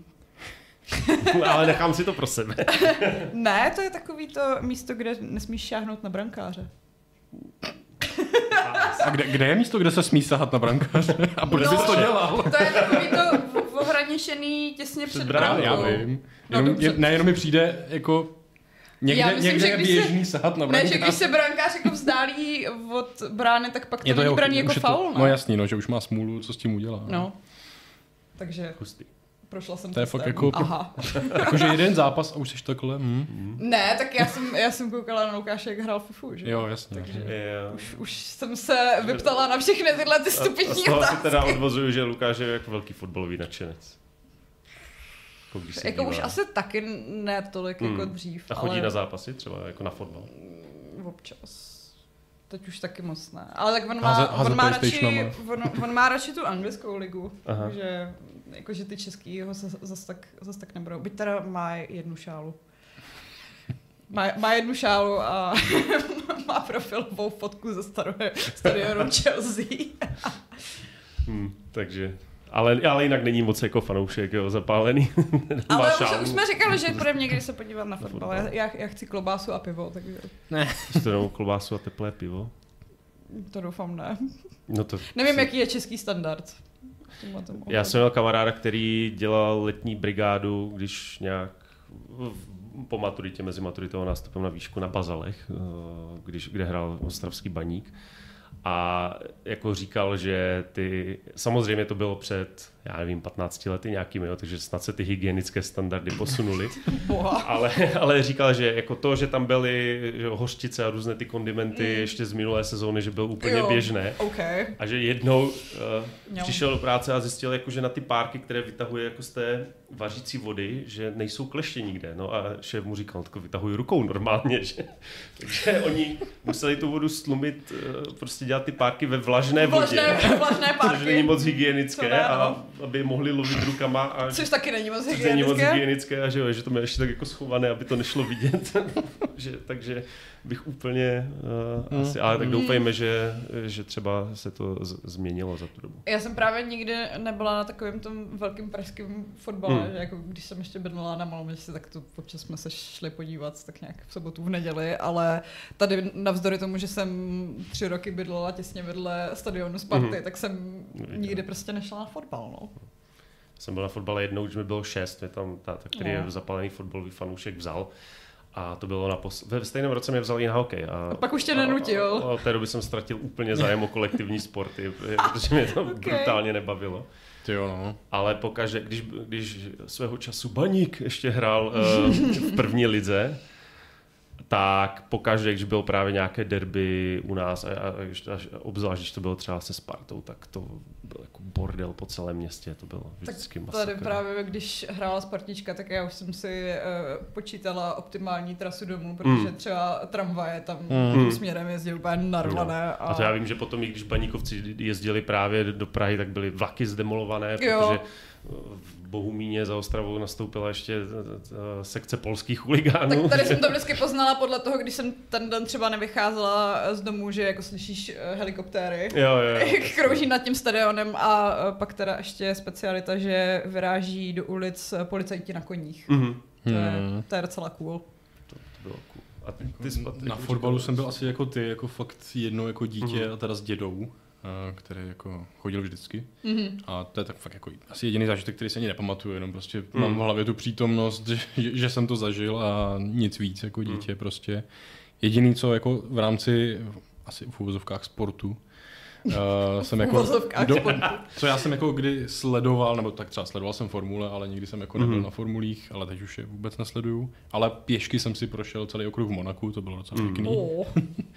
Ale nechám si to pro sebe. Ne, to je takový to místo, kde nesmíš šáhnout na brankáře. A kde, kde je místo, kde se smí sahat na brankáře? A proč no, jsi to dělal? To je takový to ohraničený těsně před brankou. Já vím. Jenom, no, je, ne, jenom mi přijde jako někde, myslím, někde je běžný se, sahat na brankáře. Ne, že když se brankář jako vzdálí od brány, tak pak to, to není braný jako faul, to, no jasný, no, že už má smůlu, co s tím udělá. No. Takže... Hustý. prošla jsem To je testem. fakt jako, Aha. jakože jeden zápas a už jsi takhle. Hm. Ne, tak já jsem, já jsem koukala na Lukáše, jak hrál Fifu, že? Jo, jasně. Takže Jo. už, už jsem se vyptala na všechny tyhle ty A, a stupidní z toho si otázky. teda odvozuju, že Lukáš je jako velký fotbalový nadšenec. Jako, když se Jako dívá. už asi taky ne tolik Hmm. jako dřív. A chodí ale na zápasy třeba jako na fotbal? občas. Teď už taky moc ne. Ale tak on má, Házet- házet on má, radši, PlayStationama. on, on má radši tu anglickou ligu. Aha. Takže jakože ty český ho zas, zas, tak, zas tak nebudou. Byť teda má jednu šálu. Má, má jednu šálu a má profilovou fotku ze starého stadionu Chelsea. Hmm, takže... Ale, ale jinak není moc jako fanoušek, jo, zapálený. Ale už, už jsme říkali, že půjdeme někdy se podívat na fotbal. Já, já, já chci klobásu a pivo, takže Jste jenom klobásu a teplé pivo? to doufám ne. No to Nevím, si... jaký je český standard. Tímhle tomu Já ohledu. jsem měl kamaráda, který dělal letní brigádu, když nějak po maturitě, mezi maturitou a nástupem na výšku na Bazalech, když, kde hrál ostravský Baník. A jako říkal, že ty, samozřejmě to bylo před, já nevím, patnácti lety nějakými, jo, takže snad se ty hygienické standardy posunuly. Boha. Ale, ale říkal, že jako to, že tam byly že hořčice a různé ty kondimenty Mm. ještě z minulé sezóny, že bylo úplně Jo, běžné. OK. A že jednou uh, Jo. přišel do práce a zjistil, jako, že na ty párky, které vytahuje jako z té vařící vody, že nejsou kleště nikde. No a šéf mu říkal, tak vytahuji rukou normálně. Že? Takže oni museli tu vodu slumit, uh, prostě dělat ty párky ve vlažné vodě. Vlažné, vlažné Což není párky. moc hygienické, Co ne, a no. aby mohli lovit rukama. A Což taky není moc což není moc hygienické. hygienické a že, jo, že to má ještě tak jako schované, aby to nešlo vidět. že, takže bych úplně uh, asi, ale tak doufejme, že, že třeba se to z, změnilo za tu dobu. Já jsem právě nikdy nebyla na takovém tom velkém pražském fotbale, Hmm. že jako když jsem ještě bydlela na Malom městě, tak to občas jsme se šli podívat tak nějak v sobotu, v neděli, ale tady navzdory tomu, že jsem tři roky bydlela těsně vedle stadionu Sparty, Mhm. tak jsem Neviděl. nikdy prostě nešla na fotbal, no. Jsem byl na fotbale jednou, když mi bylo šest, mě tam táta, který No. je zapalený fotbalový fanoušek, vzal. A to bylo na pos... Ve stejném roce mě vzal i na hokej. A, A pak už tě nenutil. A, a od té doby jsem ztratil úplně zájem o kolektivní sporty, protože mě to Okay. brutálně nebavilo. Ty jo, no. Ale pokaždé, když, když svého času Baník ještě hrál uh, v první lize, tak pokaždé, když bylo právě nějaké derby u nás, a, a, a obzvlášť, když to bylo třeba se Spartou, tak to byl jako bordel po celém městě, to bylo vždycky Tak masakr. tady právě, když hrála Spartička, tak já už jsem si uh, počítala optimální trasu domů, protože Mm. třeba tramvaje tam Mm. tím směrem jezdí úplně narvané. A to já vím, že potom, i když Baníkovci jezdili právě do Prahy, tak byly vlaky zdemolované, Jo. protože v Bohumíně za Ostravou nastoupila ještě uh, sekce polských chuligánů. Tak tady jsem to vždycky poznala podle toho, když jsem ten den třeba nevycházela z domu, že jako slyšíš uh, helikoptéry, Jo, jo, jo. jak krouží nad tím stadionem a uh, pak teda ještě specialita, že vyráží do ulic uh, policajti na koních. Mhm. To je, Hmm. to je docela cool. To, to bylo cool. A ty, ty jsi, Patrik, Na říkal- fotbalu jsem byl asi jako ty, jako fakt jednou jako dítě Mhm. a teda s dědou, a který jako chodil vždycky. Mhm. A to je tak fakt jako asi jediný zážitek, který se ani nepamatuju, jenom prostě Mhm. mám v hlavě tu přítomnost, že, že jsem to zažil a nic víc jako dítě prostě. Jediný, co jako v rámci asi v uvozovkách sportu, uh, jsem jako, uvozovkách sportu. co já jsem jako kdy sledoval, nebo tak třeba sledoval jsem formule, ale nikdy jsem jako nebyl Mhm. na formulích, ale teď už je vůbec nesleduju. Ale pěšky jsem si prošel celý okruh v Monaku, to bylo docela Mhm. pěkný. Oh.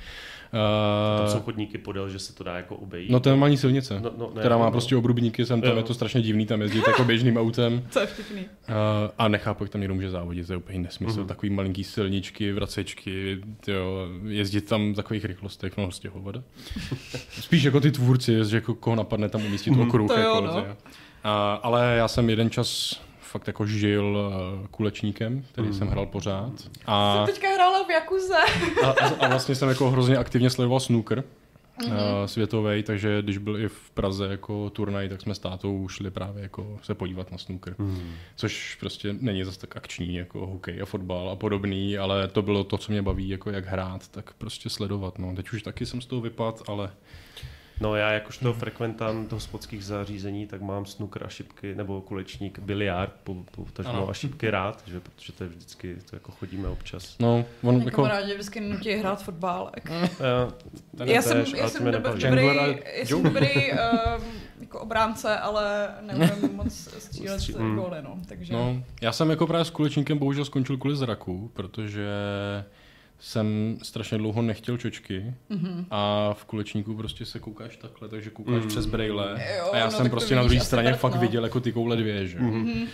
Uh, Tam jsou chodníky podél, že se to dá jako obejít. No to je normální silnice, No, no, ne, která má no. prostě obrubníky, sem tam Jo. je to strašně divný tam jezdit jako běžným autem. Co je vtipný. Uh, a nechápu, jak tam někdo může závodit, to je úplně nesmysl. Mhm. Takový malinký silničky, vracečky, jo, jezdit tam v takových rychlostech, no prostě hovada. Spíš jako ty tvůrci, že jako koho napadne tam umístit Mhm. okruh. To jo, jako, no. že jo. Uh, ale já jsem jeden čas fakt jako žil uh, kulečníkem, který Mhm. jsem hrál pořád. A, Jsem teďka hrála v Jakuze. a, a vlastně jsem jako hrozně aktivně sledoval snooker. Mhm. Uh, světovej, takže když byl i v Praze jako turnaj, tak jsme s tátou šli právě jako se podívat na snooker. Hmm. Což prostě není zase tak akční jako hokej a fotbal a podobný, ale to bylo to, co mě baví, jako jak hrát, tak prostě sledovat. No. Teď už taky jsem z toho vypad, ale No já jakožto frekventant hospodských zařízení, tak mám snooker a šipky, nebo kulečník, biliard, po, po, Ano. a šipky rád, že, protože to je vždycky, to jako chodíme občas. no, on Jako... jako... Kamarádi vždycky nutí hrát fotbálek. Já, ten já je jsem, též, já ale jsem to mě dobrý, nebaví. dobrý, Chandler a já jsem dobrý um, jako obránce, ale neumím moc střílet Stří- mm. góly, no. Takže... No, já jsem jako právě s kulečníkem bohužel skončil kvůli zraku, protože jsem strašně dlouho nechtěl čočky mm-hmm. a v kulečníku prostě se koukáš takhle, takže koukáš mm. přes brejle jo, a já no, jsem prostě na druhé straně prd, fakt no. viděl jako ty koule dvě, že? Mm-hmm. Uh,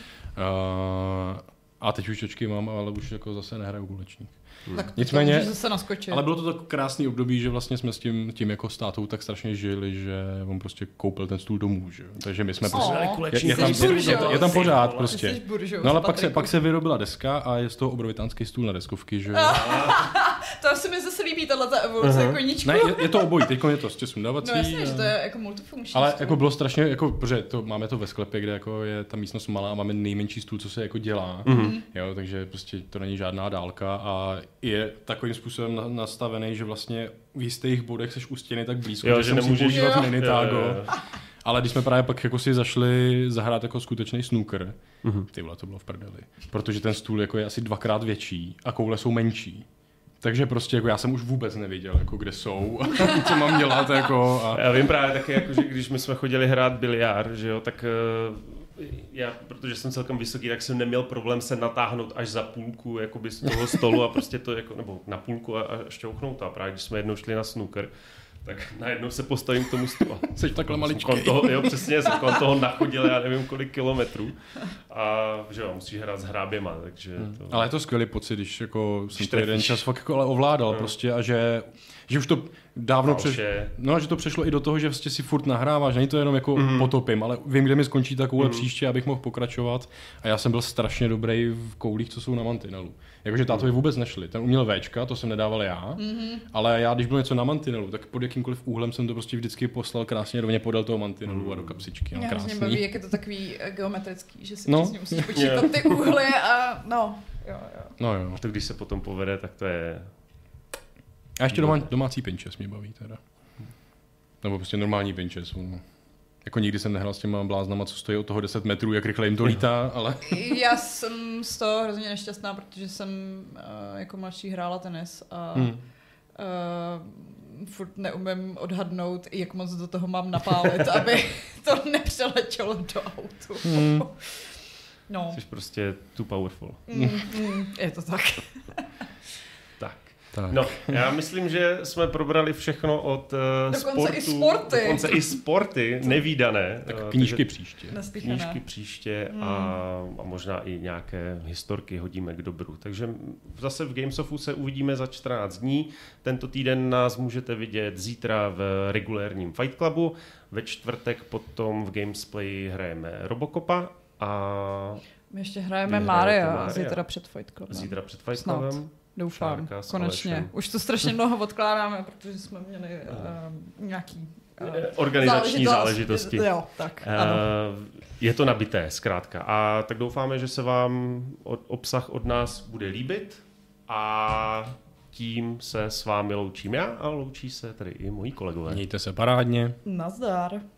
a teď už čočky mám, ale už jako zase nehraju kulečník. Tak Nicméně, to zase naskočit. Ale bylo to tak krásný období, že vlastně jsme s tím, tím jako státou tak strašně žili, že on prostě koupil ten stůl domů, že? Takže my jsme prostě... Oh, je, je, tam, je, je tam pořád prostě. Buržou, no ale pak se, pak se vyrobila deska a je z toho obrovitánský stůl na deskovky, že? To se mi zase líbí, tato evoluce uh-huh. koníčku. Ne, je, je to obojí, teď je to prostě sundavací. No jasně, a... že to je jako multifunkční. Ale stůl. jako bylo strašně, jako, protože to, máme to ve sklepě, kde jako je ta místnost malá a máme nejmenší stůl, co se jako dělá. Mm-hmm. Jo, takže prostě to není žádná dálka a je takovým způsobem na, nastavený, že vlastně v jistých bodech seš u stěny tak blízko, jo, že, že nemůžeš používat minitágo. Ale když jsme právě pak jako si zašli zahrát jako skutečný snooker, mm-hmm. ty vole, to bylo v prdeli. Protože ten stůl jako je asi dvakrát větší a koule jsou menší. Takže prostě jako já jsem už vůbec neviděl, jako kde jsou, co mám dělat. Jako a... Já vím právě taky, jako, že když my jsme chodili hrát biliard, že jo, tak uh, já, protože jsem celkem vysoký, tak jsem neměl problém se natáhnout až za půlku jakoby z toho stolu a prostě to jako, nebo na půlku a, a šťouchnout. A právě když jsme jednou šli na snooker, tak najednou se postavím k tomu stolu. Jsi takhle maličký. Toho, jo, přesně, jsem kolem toho nachodil, já nevím kolik kilometrů. A že jo, musíš hrát s hráběma, takže... To... Ale je to skvělý pocit, když jako jsem to jeden čas fakt jako ale ovládal no. prostě a že, že už to dávno přešlo, no, že to přešlo i do toho, že vlastně si furt nahráváš, není to jenom jako mm. potopím, ale vím, kde mi skončí ta koule mm. příště, abych mohl pokračovat a já jsem byl strašně dobrý v koulích, co jsou na mantinelu. Jakože tátovi vůbec nešli, ten uměl Včka, to jsem nedával já, mm-hmm. ale já, když bylo něco na mantinelu, tak pod jakýmkoliv úhlem jsem to prostě vždycky poslal krásně rovně podél toho mantinelu mm. a do kapsičky. No, já krásný. mě baví, jak je to takový geometrický, že si no. přesně musíš počítat ty úhly a no, jo, jo. No jo. To když se potom povede, tak to je... A ještě doma, domácí pinches mě baví teda. Nebo prostě normální pinches. No. Jako nikdy jsem nehrál s těma bláznama, co stojí od toho deset metrů, jak rychle jim to lítá, ale... Já jsem z toho hrozně nešťastná, protože jsem uh, jako mladší hrála tenis a hmm. uh, furt neumím odhadnout, jak moc do toho mám napálit, aby to nepřeletělo do autu. Hmm. No. Jsi prostě too powerful. Mm, mm, je to tak. Tak. Tak. No, já myslím, že jsme probrali všechno od uh, dokonce sportu. I sporty. Dokonce i sporty, nevídané. Tak uh, knížky příště. Knížky příště hmm. a, a možná i nějaké historky hodíme k dobru. Takže zase v Gamesofu se uvidíme za čtrnáct dní. Tento týden nás můžete vidět zítra v regulérním Fight Clubu. Ve čtvrtek potom v Gamesplay hrajeme Robocopa a... My ještě hrajeme Maria zítra před Fight Clubem. Zítra před Fight Clubem. Doufám, konečně. Alešem. Už to strašně dlouho odkládáme, protože jsme měli uh, nějaký uh, organizační záležitosti. Jo, tak, ano. Uh, je to nabité, zkrátka. A tak doufáme, že se vám od, obsah od nás bude líbit a tím se s vámi loučím já a loučí se tady i moji kolegové. Mějte se parádně. Nazdar.